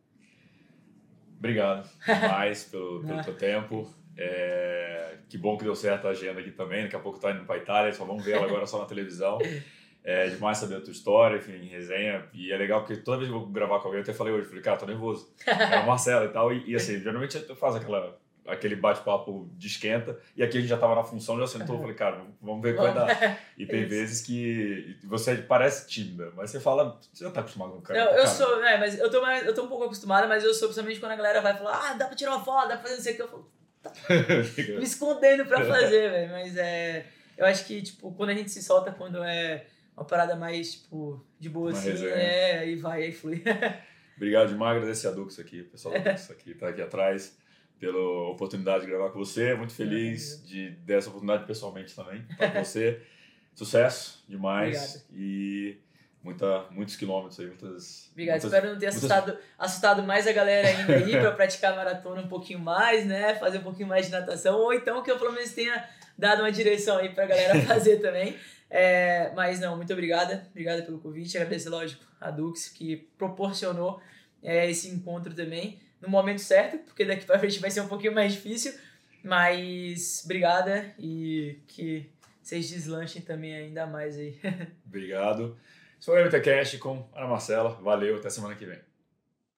Obrigado demais pelo teu tempo. Que bom que deu certo a agenda aqui também. Daqui a pouco tá indo para Itália, só vamos ver ela agora só na televisão. É demais saber a tua história, enfim, resenha. E é legal porque toda vez que eu vou gravar com alguém, eu até falei hoje, cara, tô nervoso. É o Marcelo e tal. E assim, geralmente eu faço aquele bate-papo de esquenta. E aqui a gente já tava na função, já sentou. Eu falei, cara, vamos ver o que vai dar. E tem vezes que você parece tímida, mas você fala, você já tá acostumado com o cara. Não, eu sou, mas eu tô um pouco acostumada, mas eu sou, principalmente quando a galera vai falar, dá pra tirar uma foto, dá pra fazer não sei o que, eu falo, tá me escondendo pra fazer, velho. Mas eu acho que, tipo, quando a gente se solta, quando é uma parada mais, tipo, de boa assim, aí flui. Obrigado demais, agradecer a Dux aqui, o pessoal da Dux aqui, tá aqui atrás, pela oportunidade de gravar com você. Muito feliz de dessa oportunidade pessoalmente também, estar com você. Sucesso demais. Obrigado. E muitos quilômetros aí, Obrigado, espero não ter assustado mais a galera ainda aí para praticar maratona um pouquinho mais, né? Fazer um pouquinho mais de natação, ou então que eu pelo menos tenha dado uma direção aí pra galera fazer também. Mas não, muito obrigada pelo convite, agradecer, lógico, a Dux que proporcionou esse encontro também no momento certo, porque daqui pra frente vai ser um pouquinho mais difícil, mas obrigada e que vocês deslanchem também ainda mais aí. Obrigado. Esse foi o MTCast com Ana Marcela, valeu, até semana que vem.